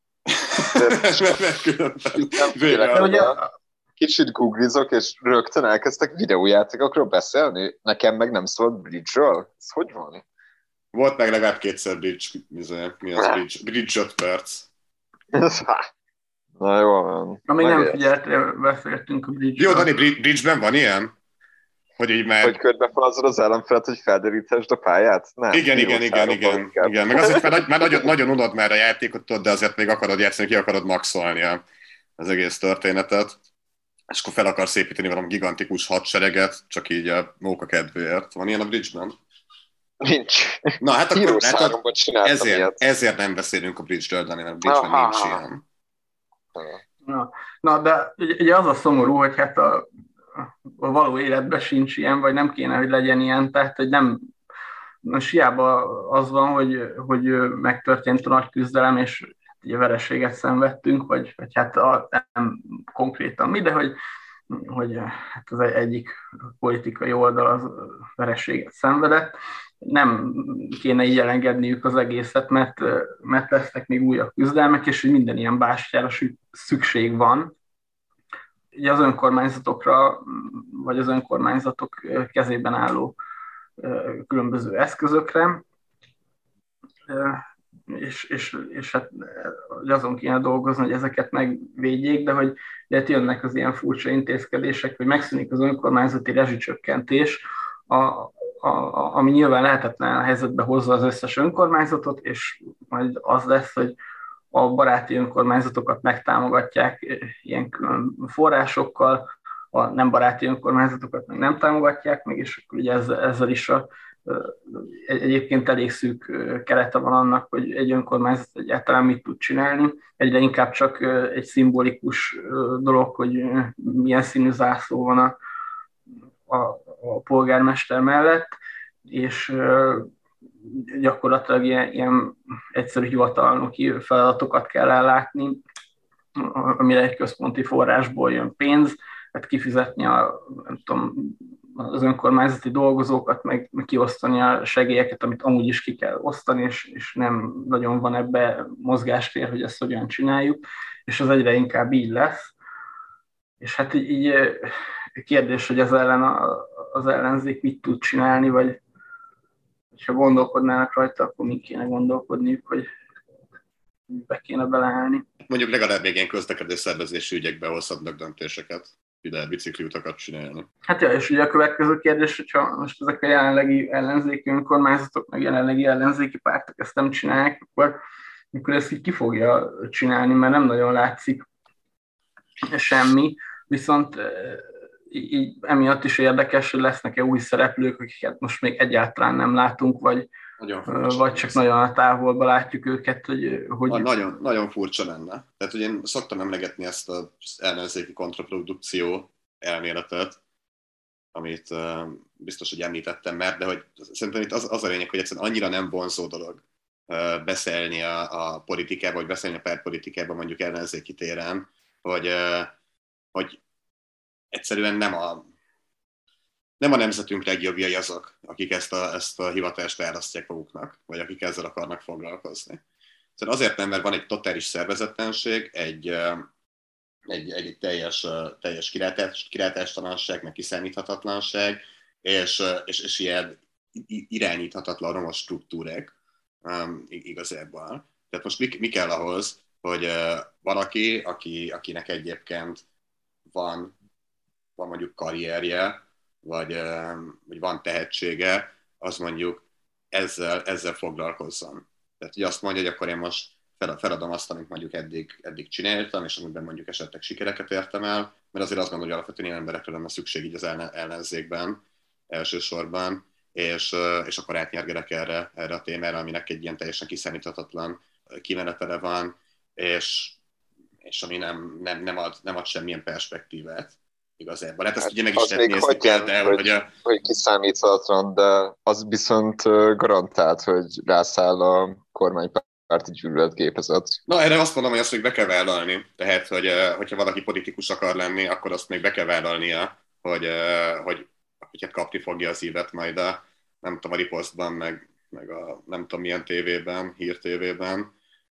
kicsit googlizok, és rögtön elkezdtek videójátékokról beszélni. Nekem meg nem szólt Bridge-ről. Ez hogy van? Volt meg legalább kétszer Bridge. Mi az Bridge? Bridge 5 perc. Na jó van. Amíg nem figyeltél, beszéltünk a Bridge-ről. Jó, Dani, Bridge-ben van ilyen? Hogy körbe falazod az ellenfelet, hogy felderítesd a pályát? Nem. Igen. Meg azért, mert nagyon unod már a játékot, de azért még akarod játszani, ki akarod maxolni az egész történetet. És akkor fel akarsz építeni valami gigantikus hadsereget, csak így a móka kedvéért. Van ilyen a Bridge-ben? Nincs. Na, hát akkor ezért nem beszélünk a Bridge-ről, Dani, mert Bridge-ben nincs ilyen. Na, de ugye az a szomorú, hogy hát a való életben sincs ilyen, vagy nem kéne, hogy legyen ilyen, tehát hogy nem, most hiába az van, hogy megtörtént a nagy küzdelem, és ugye vereséget szenvedtünk, vagy hát nem konkrétan mi, de hogy hát az egyik politikai oldal az vereséget szenvedett. Nem kéne így elengedniük az egészet, mert lesznek még újabb küzdelmek, és hogy minden ilyen bástyára szükség van. Ugye az önkormányzatokra, vagy az önkormányzatok kezében álló különböző eszközökre, és hát azon kéne dolgozni, hogy ezeket megvédjék, de hogy jönnek az ilyen furcsa intézkedések, hogy megszűnik az önkormányzati rezsicsökkentés, ami nyilván lehetetlen helyzetbe hozza az összes önkormányzatot, és majd az lesz, hogy a baráti önkormányzatokat megtámogatják ilyen külön forrásokkal, a nem baráti önkormányzatokat meg nem támogatják meg, és akkor ugye ezzel is a egyébként elég szűk kerete van annak, hogy egy önkormányzat egyáltalán mit tud csinálni. Egyre inkább csak egy szimbolikus dolog, hogy milyen színű zászló van a polgármester mellett, és gyakorlatilag ilyen egyszerű hivatalnoki feladatokat kell ellátni, amire egy központi forrásból jön pénz, hát kifizetni nem tudom, az önkormányzati dolgozókat, meg kiosztani a segélyeket, amit amúgy is ki kell osztani, és nem nagyon van ebbe mozgástér, hogy ezt hogyan csináljuk, és az egyre inkább így lesz. És hát így kérdés, hogy ez ellen az ellenzék mit tud csinálni, vagy ha gondolkodnának rajta, akkor mi kéne gondolkodniuk, hogy be kéne beleállni. Mondjuk legalább még ilyen közlekedés szervezési ügyekbe hozhatnak döntéseket, ide bicikliutakat csinálni. Hát ja, és ugye a következő kérdés, hogyha most ezek a jelenlegi ellenzéki önkormányzatok, meg jelenlegi ellenzéki pártok ezt nem csinálják, akkor ezt így ki fogja csinálni, mert nem nagyon látszik semmi, viszont így emiatt is érdekes, hogy lesznek-e új szereplők, akiket most még egyáltalán nem látunk, vagy csak nagyon a távolba látjuk őket, hogy... Nagyon furcsa lenne. Tehát, hogy én szoktam emlegetni ezt az ellenzéki kontraprodukció elméletet, amit biztos, hogy említettem már, de hogy szerintem itt az a lényeg, hogy egyszerűen annyira nem vonzó dolog beszélni a politikába, vagy beszélni a pártpolitikába mondjuk ellenzéki téren, hogy egyszerűen nem a nemzetünk legjobbjai azok, akik ezt a hivatást választják maguknak, vagy akik ezzel akarnak foglalkozni. Szóval azért nem, mert van egy totális szervezetlenség, egy teljes kilátástalanság, meg kiszámíthatatlanság, és ilyen irányíthatatlan romos struktúrák igazából. Tehát most mi kell ahhoz, hogy valaki, akinek egyébként van mondjuk karrierje, vagy van tehetsége, az mondjuk ezzel foglalkozzon. Tehát, hogy azt mondja, hogy akkor én most feladom azt, amit mondjuk eddig csináltam, és amiben mondjuk esetleg sikereket értem el, mert azért azt gondolom, hogy alapvetően ilyen emberekre lenne szükség így az ellenzékben elsősorban, és akkor átnyergelek erre a témára, aminek egy ilyen teljesen kiszámíthatatlan kimenetele van, és ami nem ad semmilyen perspektívát igazából. Hát ezt ugye meg is lehet nézni például, hogy kiszámíthatatlan, de az viszont garantált, hogy rászáll a kormánypárti gyűlöletgépezet. Na, erre azt mondom, hogy azt még be kell vállalni. Tehát, hogyha valaki politikus akar lenni, akkor azt még be kell vállalnia, hogy hát kapni fogja az ívet majd nem tudom, a riposztban, meg a nem tudom milyen tévében, hírtévében,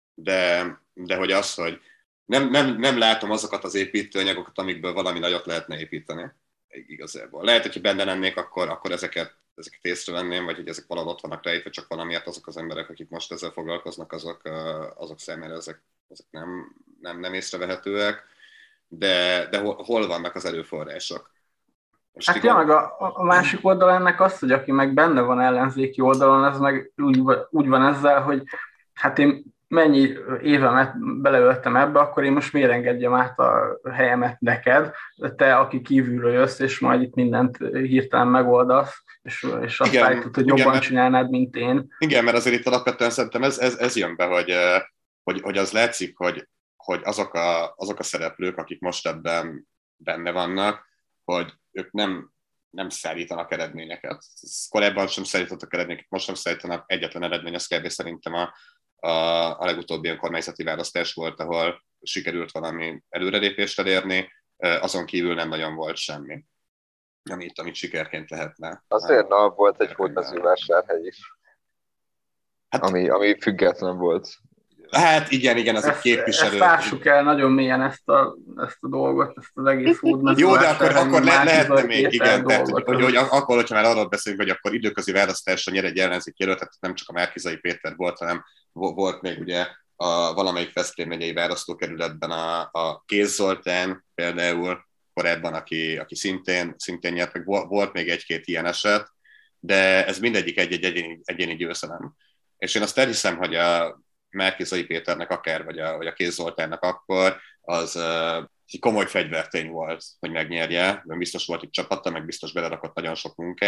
de hogy az, hogy nem látom azokat az építőanyagokat, amikből valami nagyot lehetne építeni igazából. Lehet, hogyha benne lennék, akkor ezeket észrevenném, vagy hogy ezek valahol ott vannak rejtve, csak valamiért azok az emberek, akik most ezzel foglalkoznak, azok számára ezek nem észrevehetőek, de hol vannak az erőforrások? Hát tényleg a másik oldal ennek az, hogy aki meg benne van ellenzéki oldalon, ez meg úgy van ezzel, hogy hát én mennyi évemet beleöltem ebbe, akkor én most miért engedjem át a helyemet neked, te, aki kívülről jössz, és majd itt mindent hirtelen megoldasz, és azt állítod, hogy jobban csinálnád, mint én. Igen, mert azért itt alapvetően szerintem ez jön be, hogy az látszik, hogy azok a szereplők, akik most ebben benne vannak, hogy ők nem szállítanak eredményeket. Korábban sem szállítottak eredményeket, most sem szállítanak egyetlen eredmény, az kb. Szerintem a legutóbbi önkormányzati választás volt, ahol sikerült valami előrelépést elérni, azon kívül nem nagyon volt semmi, amit sikerként lehetne. Azért volt egy Hódmezővásárhely is, hát, ami független volt. Hát igen, ez a képviselő. Ezt lássuk el nagyon mélyen ezt a dolgot, ezt az egész Hódmezővásárhely. Jó, de akkor lehetne még, igen, tehát, hogy akkor, hogyha már arról beszélünk, hogy akkor időközi választásra nyer egy ellenzék jelöltet, nem csak a Márki-Zay Péter volt, hanem volt még ugye valamelyik Veszprém megyei választókerületben a Kéz Zoltán például korábban, aki szintén nyert, meg volt még egy-két ilyen eset, de ez mindegyik egy egyéni győzelem. És én azt elhiszem, hogy a Márki-Zay Péternek akár, vagy a Kéz Zoltánnak akkor, az egy komoly fegyvertény volt, hogy megnyerje, mert biztos volt itt csapata, meg biztos belerakott nagyon sok munkát,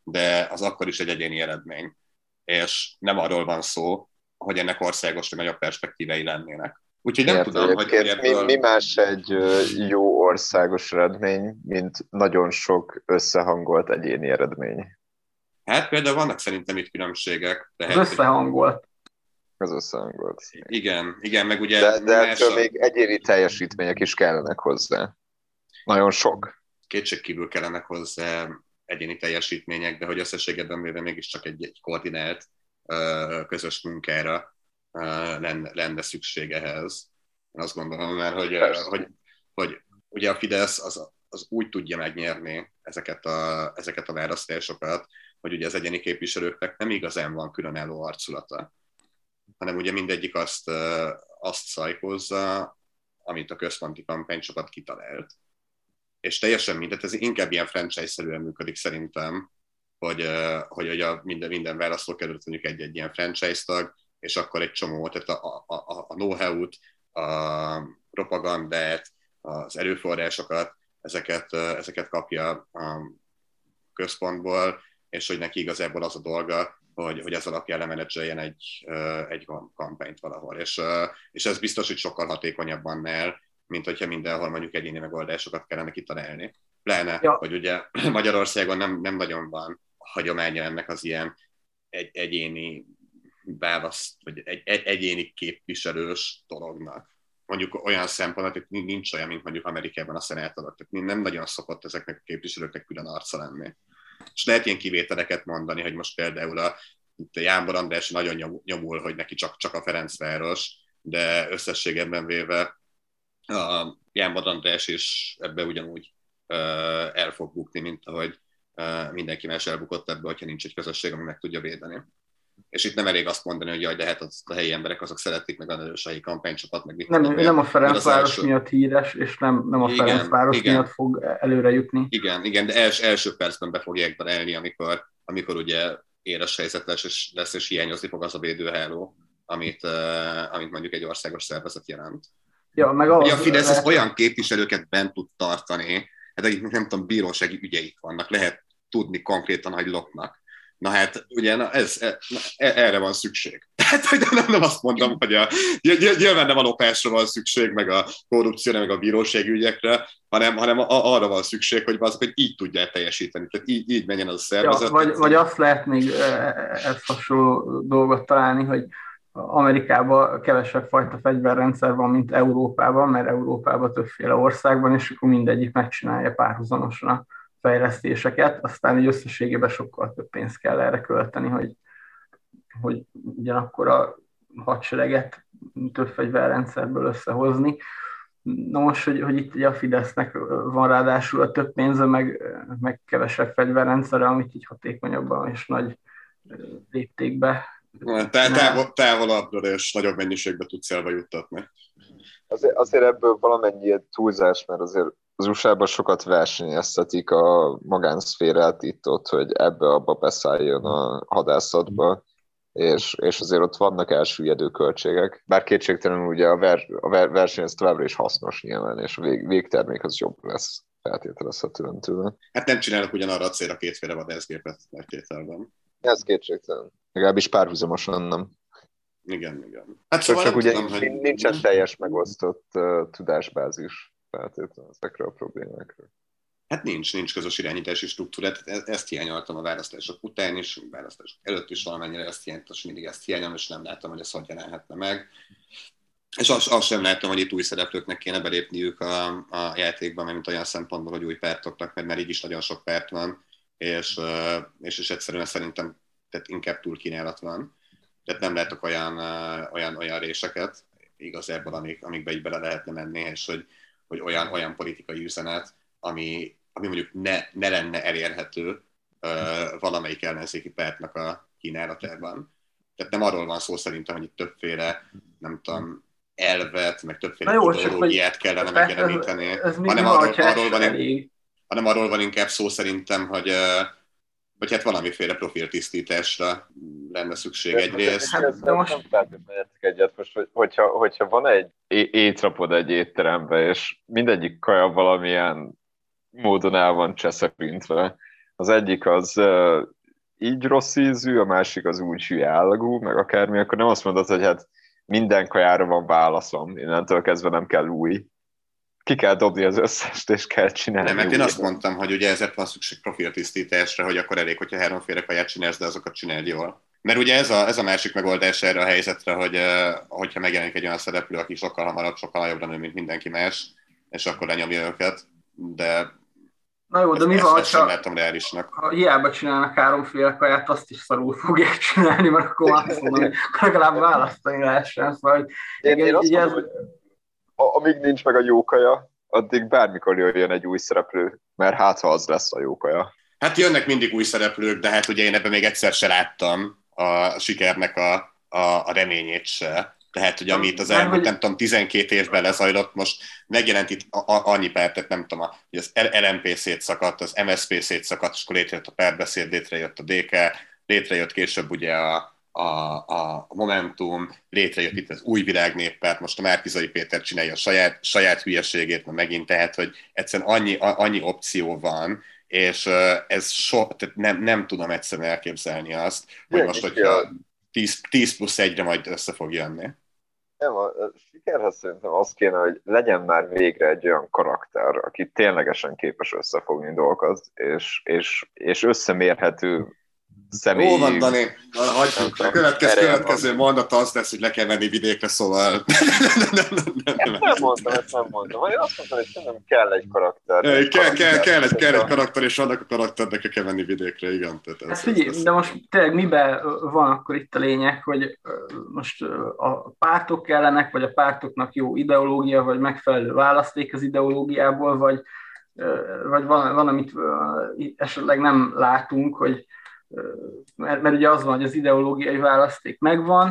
de az akkor is egy egyéni eredmény. És nem arról van szó, hogy ennek országos vagy nagyobb perspektívei lennének. Úgyhogy nem tudom, hogy ebből... mi más egy jó országos eredmény, mint nagyon sok összehangolt egyéni eredmény? Hát például vannak szerintem itt különbségek. Az összehangolt. Az összehangolt. Igen, meg ugye... De ettől még egyéni teljesítmények is kellenek hozzá. Nagyon sok. Kétségkívül kellenek hozzá egyéni teljesítmények, de hogy összességében véve mégiscsak egy koordinált közös munkára lenne szükség ehhez. Én azt gondolom már, hogy ugye a Fidesz az úgy tudja megnyerni ezeket a választásokat, hogy ugye az egyéni képviselőknek nem igazán van különálló arculata, hanem ugye mindegyik azt szajkózza, amit a központi kampánycsapat kitalált. És teljesen mindegy, ez inkább ilyen franchise-szerűen működik szerintem, hogy minden választókerület mondjuk egy ilyen franchise tag, és akkor egy csomó, tehát a know-how-t, a propagandát, az erőforrásokat, ezeket kapja a központból, és hogy neki igazából az a dolga, hogy ez alapján lemenedzseljen egy kampányt valahol. És ez biztos, hogy sokkal hatékonyabb annál, mint hogyha mindenhol mondjuk egyéni megoldásokat kellene kitalálni. Pláne, hogy ugye Magyarországon nem nagyon van hagyománya ennek az ilyen egyéni választ, vagy egyéni képviselős dolognak. Mondjuk olyan szempontból, hogy nincs olyan, mint mondjuk Amerikában a szenátorok. Tehát nem nagyon szokott ezeknek a képviselőknek külön arca lenni. És lehet ilyen kivételeket mondani, hogy most például a Jánbor András nagyon nyomul, hogy neki csak a Ferencváros, de összességében véve a Jánbor András is ebbe ugyanúgy el fog bukni, mint ahogy mindenki más elbukott ebbe, hogyha nincs egy közösség, ami meg tudja védeni. És itt nem elég azt mondani, hogy jaj, de hát a helyi emberek azok szeretik, meg a erős kampánycsapat, meg mit nem a Ferencváros miatt híres, és nem a Ferencváros miatt fog előre jutni. Igen, de első percben be fogják darálni, amikor ugye éles helyzet lesz, és hiányozni fog az a védőháló, amit mondjuk egy országos szervezet jelent. Ja, meg a Fidesz az olyan képviselőket bent tud tartani, hát akiknek nem tudom, bírósági ügyeik vannak, lehet tudni konkrétan, hogy lopnak. Na hát, ugye, erre van szükség. Tehát, hogy nem azt mondom, hogy nyilván nem a lopásra van szükség, meg a korrupcióra, meg a bírósági ügyekre, hanem arra van szükség, hogy azok, hogy így tudják teljesíteni. Tehát így menjen az a szervezet. Ja, vagy azt lehet még ezt hasonló dolgot találni, hogy Amerikában kevesebb fajta fegyverrendszer van, mint Európában, mert Európában többféle országban, és akkor mindegyik megcsinálja párhuzamosan a fejlesztéseket, aztán így összességében sokkal több pénzt kell erre költeni, hogy ugyanakkor a hadsereget több fegyverrendszerből összehozni. Na most, hogy itt ugye a Fidesznek van ráadásul a több pénze, meg kevesebb fegyverrendszere, amit így hatékonyabban és nagy léptékbe távolabbra és nagyobb mennyiségbe tudsz célba juttatni. Azért ebből valamennyi túlzás, mert azért az USA-ban sokat versenyeztetik a magánszférát itt ott, hogy ebbe-abba beszálljon a hadászatba, és azért ott vannak elsüllyedő költségek. Bár kétségtelenül ugye a verseny ez továbbra is hasznos nyilván, és a végtermék az jobb lesz feltételezhetően tőle. Hát nem csinálnak ugyanarra a célra kétféle vadászgépet megtételben. Ez kétségtelen. Legalábbis párhuzamosan nem. Igen. Hát szóval csak ugye nincsen teljes megosztott tudásbázis feltétlenül ezekre a problémákra. Hát nincs közös irányítási struktúrát, ezt hiányoltam a választások után is, a választások előtt is valamennyire ezt hiányoltam, és mindig ezt hiányolom, és nem láttam, hogy ez hogy jelenhetne meg. És azt sem láttam, hogy itt új szereplőknek kéne belépniük a játékban, mint olyan szempontból, hogy új pártoknak, mert már így is nagyon sok párt van, és egyszerűen szerintem tehát inkább túlkínálat van. Tehát nem látok olyan réseket igazából, amikbe így bele lehetne menni, és hogy olyan politikai üzenet, ami mondjuk ne lenne elérhető valamelyik ellenzéki pártnak a kínálatában. Tehát nem arról van szó szerintem, hogy itt többféle, nem tudom, elvet, meg többféle ideológiát kellene megjeleníteni, hanem arról van inkább szó szerintem, hogy hát valamiféle profiltisztításra lenne szükség egyrészt. De most nem feltétlenül egyet, hogyha van egy étrapod egy étterembe, és mindegyik kaja valamilyen módon el van cseszepintve. Az egyik az így rossz ízű, a másik az úgy hülye állagú, meg akármi, akkor nem azt mondod, hogy hát minden kajára van válaszom, innentől kezdve nem kell új. Ki kell dobni az összest, és kell csinálni. Nem, mert én azt mondtam, hogy ugye ezért van szükség profiltisztításra, hogy akkor elég, hogyha 3-féle kaját csinálsz, de azokat csináld jól. Mert ugye ez a másik megoldás erre a helyzetre, hogyha megjelenik egy olyan szereplő, aki sokkal hamarabb, sokkal nagyobbra nő, mint mindenki más, és akkor lenyomja őket, de na jó, de mi van, ezt sem látom reálisnak. Ha hiába csinálnak 3-féle kaját, azt is szarul fogják csinálni, mert akkor azt mondom, hogy legalább választani lehessen. Szóval, én azt mondom, hogy amíg nincs meg a jó kaja, addig bármikor jöjjön egy új szereplő, mert hát ha az lesz a jó kaja. Hát jönnek mindig új szereplők, de hát ugye én ebben még egyszer se láttam a sikernek a reményét se. Tehát, hogy amit az elmúlt, nem tudom, 12 évben lezajlott, most megjelent itt annyi pár, tehát nem tudom, hogy az LMP szétszakadt, az MSZP szétszakadt, és akkor létrejött a párbeszéd, létrejött a DK, létrejött később ugye a Momentum, létrejött itt az Új Világ Néppárt, most a Márki-Zay Péter csinálja a saját hülyeségét, mert megint, tehát, hogy egyszerűen annyi opció van, és ez tehát nem tudom egyszerűen elképzelni azt, hogy most, hogyha 10+1-re majd össze fog jönni. Nem, a sikerhez szerintem az kéne, hogy legyen már végre egy olyan karakter, aki ténylegesen képes összefogni dolgokat, és összemérhető személyi... Ó, van, Dani, hagyjuk. A következő mondata az lesz, hogy le kell menni vidékre, szóval... Nem mondtam. Én azt mondtam, hogy szerintem kell egy karakter. Kell egy karakter, és annak a karakternek kell menni vidékre, igen. Hát figyelj, de most tényleg miben van akkor itt a lényeg, hogy most a pártok kellenek, vagy a pártoknak jó ideológia, vagy megfelelő választék az ideológiából, vagy van, amit esetleg nem látunk, hogy mert ugye az van, hogy az ideológiai választék megvan,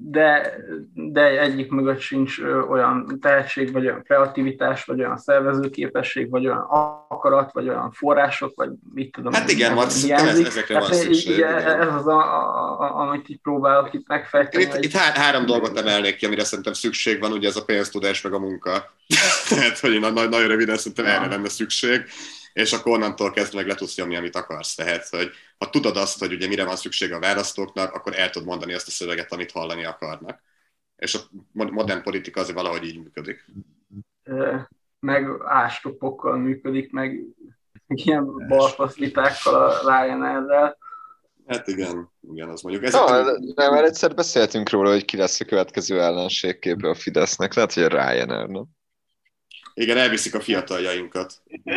de egyik mögött sincs olyan tehetség, vagy olyan kreativitás, vagy olyan szervezőképesség, vagy olyan akarat, vagy olyan források, vagy mit tudom. Hát igen, ezekre van szükség. Ez az, amit így próbálok itt megfejteni. Itt 3 dolgot emelnék ki, amire szerintem szükség van, ugye ez a pénztudás, meg a munka. Tehát, hogy nagyon röviden szerintem erre lenne szükség, és akkor onnantól kezdve meg le tudsz nyomni, amit akarsz. Tehát, hogy ha tudod azt, hogy ugye mire van szükség a választóknak, akkor el tudod mondani azt a szöveget, amit hallani akarnak. És a modern politika azért valahogy így működik. Meg ástopokkal működik, meg ilyen balfaszlitákkal a Ryanair-rel. Hát igen, az mondjuk. Már egyszer beszéltünk róla, hogy ki lesz a következő ellenségképe a Fidesznek. Lehet, hogy a Ryanair, nem? Igen, elviszik a fiataljainkat.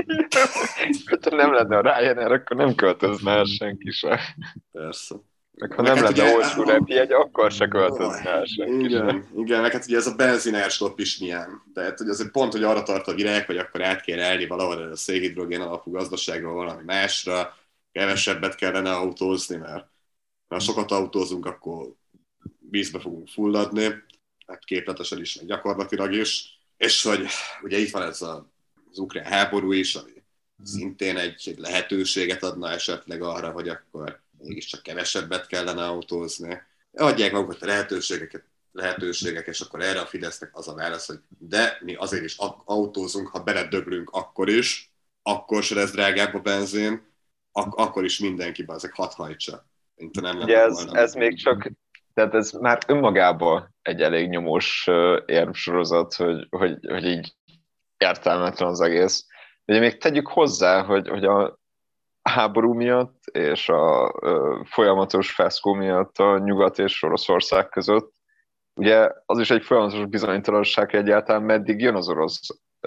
Ha nem lenne a Ryanair, akkor nem költözne el senki se. Persze. Meg ha nem lenne olcsó repjegy, akkor se költözne el senki se. Igen, meg hát ugye ez a benzinerstopp is milyen. Tehát hogy azért pont, hogy arra tart a világ, hogy akkor át kell elni valahol a szénhidrogén alapú gazdaságról valami másra, kevesebbet kellene autózni, mert ha sokat autózunk, akkor vízbe fogunk fulladni, hát képletesen is, meg gyakorlatilag is. És hogy ugye itt van ez az ukrán háború is, ami szintén egy lehetőséget adna esetleg arra, hogy akkor mégiscsak kevesebbet kellene autózni. Adják magukat a lehetőségek, és akkor erre a Fidesznek az a válasz, hogy de mi azért is autózunk, ha beledöglünk akkor is, akkor se lesz drágább a benzin, akkor is mindenki ezek hadd hajtsa. Ugye ez még csak, tehát ez már önmagában egy elég nyomós érvsorozat, hogy így értelmetlen az egész. Ugye még tegyük hozzá, hogy a háború miatt és a folyamatos feszkó miatt a Nyugat és Oroszország között, ugye az is egy folyamatos bizonytalanság, hogy egyáltalán meddig jön az orosz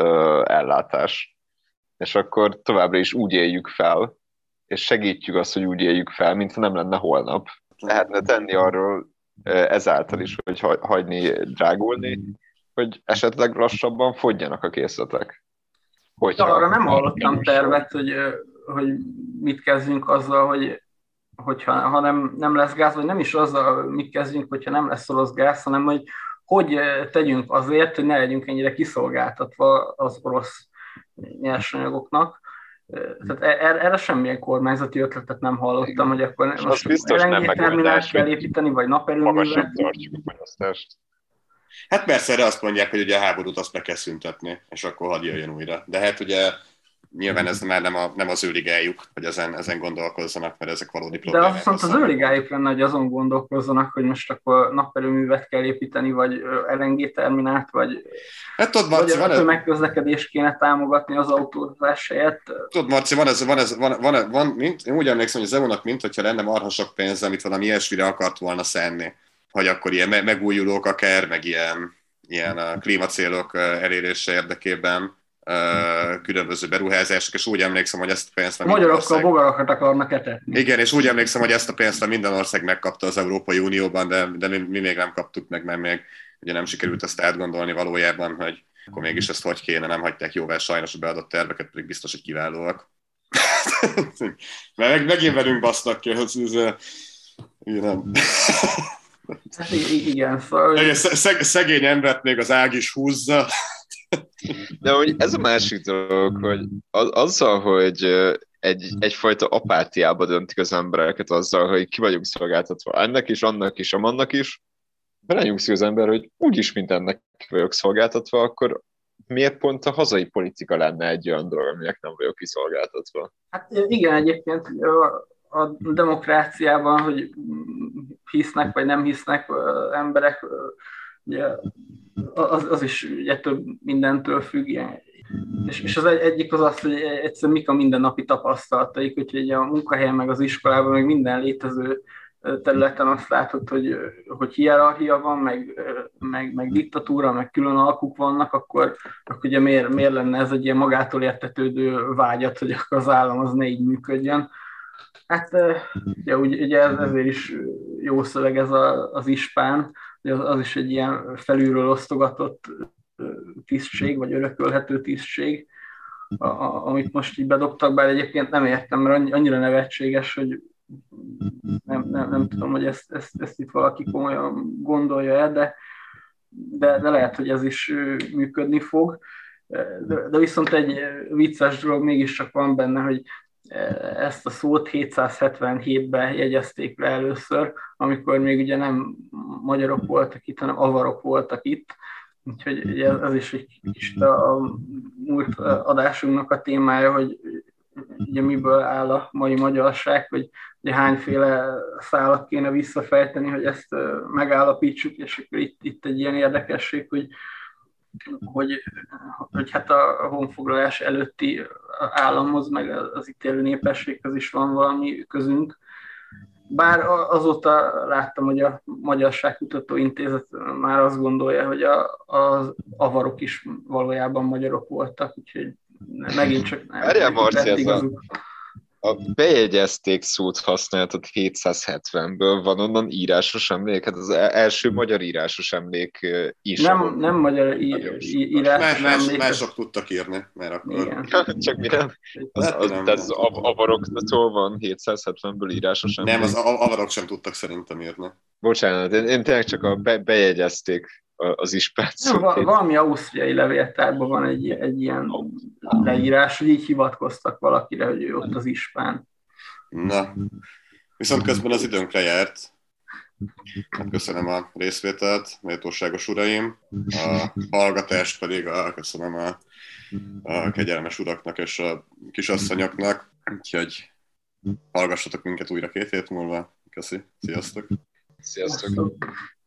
ellátás. És akkor továbbra is úgy éljük fel, és segítjük azt, hogy úgy éljük fel, mintha nem lenne holnap. Lehetne tenni arról ezáltal is, hogy hagyni drágulni, hogy esetleg lassabban fogyjanak a készletek. Arra nem hallottam tervet, hogy mit kezdjünk azzal, hogyha nem lesz gáz, vagy nem is azzal, mit kezdjünk, hogyha nem lesz orosz gáz, hanem hogy tegyünk azért, hogy ne legyünk ennyire kiszolgáltatva az orosz nyersanyagoknak. Tehát erre semmilyen kormányzati ötletet nem hallottam, hogy akkor most LNG-terminált kell építeni, vagy naperőművet. Tartjuk a fogyasztást. Hát persze erre azt mondják, hogy ugye a háborút azt meg kell szüntetni, és akkor hadd jöjjön újra. De hát ugye nyilván ez már nem az ő ligájuk, hogy ezen gondolkozzanak, mert ezek valódi problémák. De az viszont az ő ligájuk lenne, hogy azon gondolkozzanak, hogy most akkor naperőművet kell építeni, vagy LNG terminált, vagy, hát, tudod, Marci, vagy a megközlekedést kéne támogatni az autózás helyett. Tudod, Marci, én úgy emlékszem, hogy az EU-nak hogyha lenne marha sok pénz, amit valami ilyesmire akart volna szenni, hogy akkor ilyen megújulók akár, meg ilyen a klímacélok elérése érdekében különböző beruházások, és úgy emlékszem, hogy ezt a pénzt... A magyarokkal bogarakat akarnak etetni. Igen, és úgy emlékszem, hogy ezt a pénzt minden ország megkapta az Európai Unióban, de mi még nem kaptuk meg, mert még ugye nem sikerült ezt átgondolni valójában, hogy akkor mégis ezt hogy kéne, nem hagyták jóvá sajnos a beadott terveket, pedig biztos, hogy kiválóak. Mert megint velünk basznak ki, hogy nem. Igen, szóval... Szegény embert még az ág is húzza. De hogy ez a másik dolog, hogy azzal, hogy egyfajta apátiába döntik az embereket azzal, hogy ki vagyunk szolgáltatva ennek is, annak is, amannak is, belenyugszik az ember, hogy úgyis mindennek vagyok szolgáltatva, akkor miért pont a hazai politika lenne egy olyan dolog, aminek nem vagyok kiszolgáltatva? Hát igen, egyébként a demokráciában, hogy hisznek vagy nem hisznek emberek, ugye, az is ugye több mindentől függ. És az egyik az, hogy egyszerűen mik a mindennapi tapasztalataik, úgyhogy a munkahelyen meg az iskolában, meg minden létező területen azt látod, hogy hierarchia van, meg diktatúra, meg külön alkuk vannak, akkor ugye miért lenne ez egy ilyen magától értetődő vágyat, hogy akkor az állam az ne így működjön. Hát ugye ezért is jó szöveg ez az ispán, hogy az is egy ilyen felülről osztogatott tisztség, vagy örökölhető tisztség, amit most így bedobtak, bár egyébként nem értem, mert annyira nevetséges, hogy nem tudom, hogy ezt itt valaki komolyan gondolja el, de lehet, hogy ez is működni fog. De viszont egy vicces dolog mégiscsak van benne, hogy ezt a szót 777-ben jegyezték le először, amikor még ugye nem magyarok voltak itt, hanem avarok voltak itt. Úgyhogy ez is egy kicsit a múlt adásunknak a témája, hogy ugye miből áll a mai magyarság, hogy ugye hányféle szálat kéne visszafejteni, hogy ezt megállapítsuk, és akkor itt egy ilyen érdekesség, hogy hát a honfoglalás előtti államhoz, meg az itt élő népességhez is van valami közünk. Bár azóta láttam, hogy a Magyarságkutató Intézet már azt gondolja, hogy az avarok is valójában magyarok voltak, úgyhogy megint csak nem. Várjál, Marci, a bejegyezték szót használtat 770-ből, van onnan írásos emlék? Hát az első magyar írásos emlék is. Nem magyar írásos emlék. Mások tudtak írni, mert akkor... Igen. Csak mi nem? Az avaroktól van 770-ből írásos emlék? Nem, az avarok sem tudtak szerintem írni. Bocsánat, én tényleg csak bejegyezték az ispát szót. Valami ausztriai levéltárban van egy ilyen leírás, hogy így hivatkoztak valakire, hogy ő ott az ispán. Na, viszont közben az időnk lejárt. Köszönöm a részvételt, méltóságos uraim. A hallgatást pedig köszönöm a kegyelmes uraknak és a kisasszonyoknak. Úgyhogy hallgassatok minket újra 2 hét múlva. Köszi, sziasztok! Sziasztok!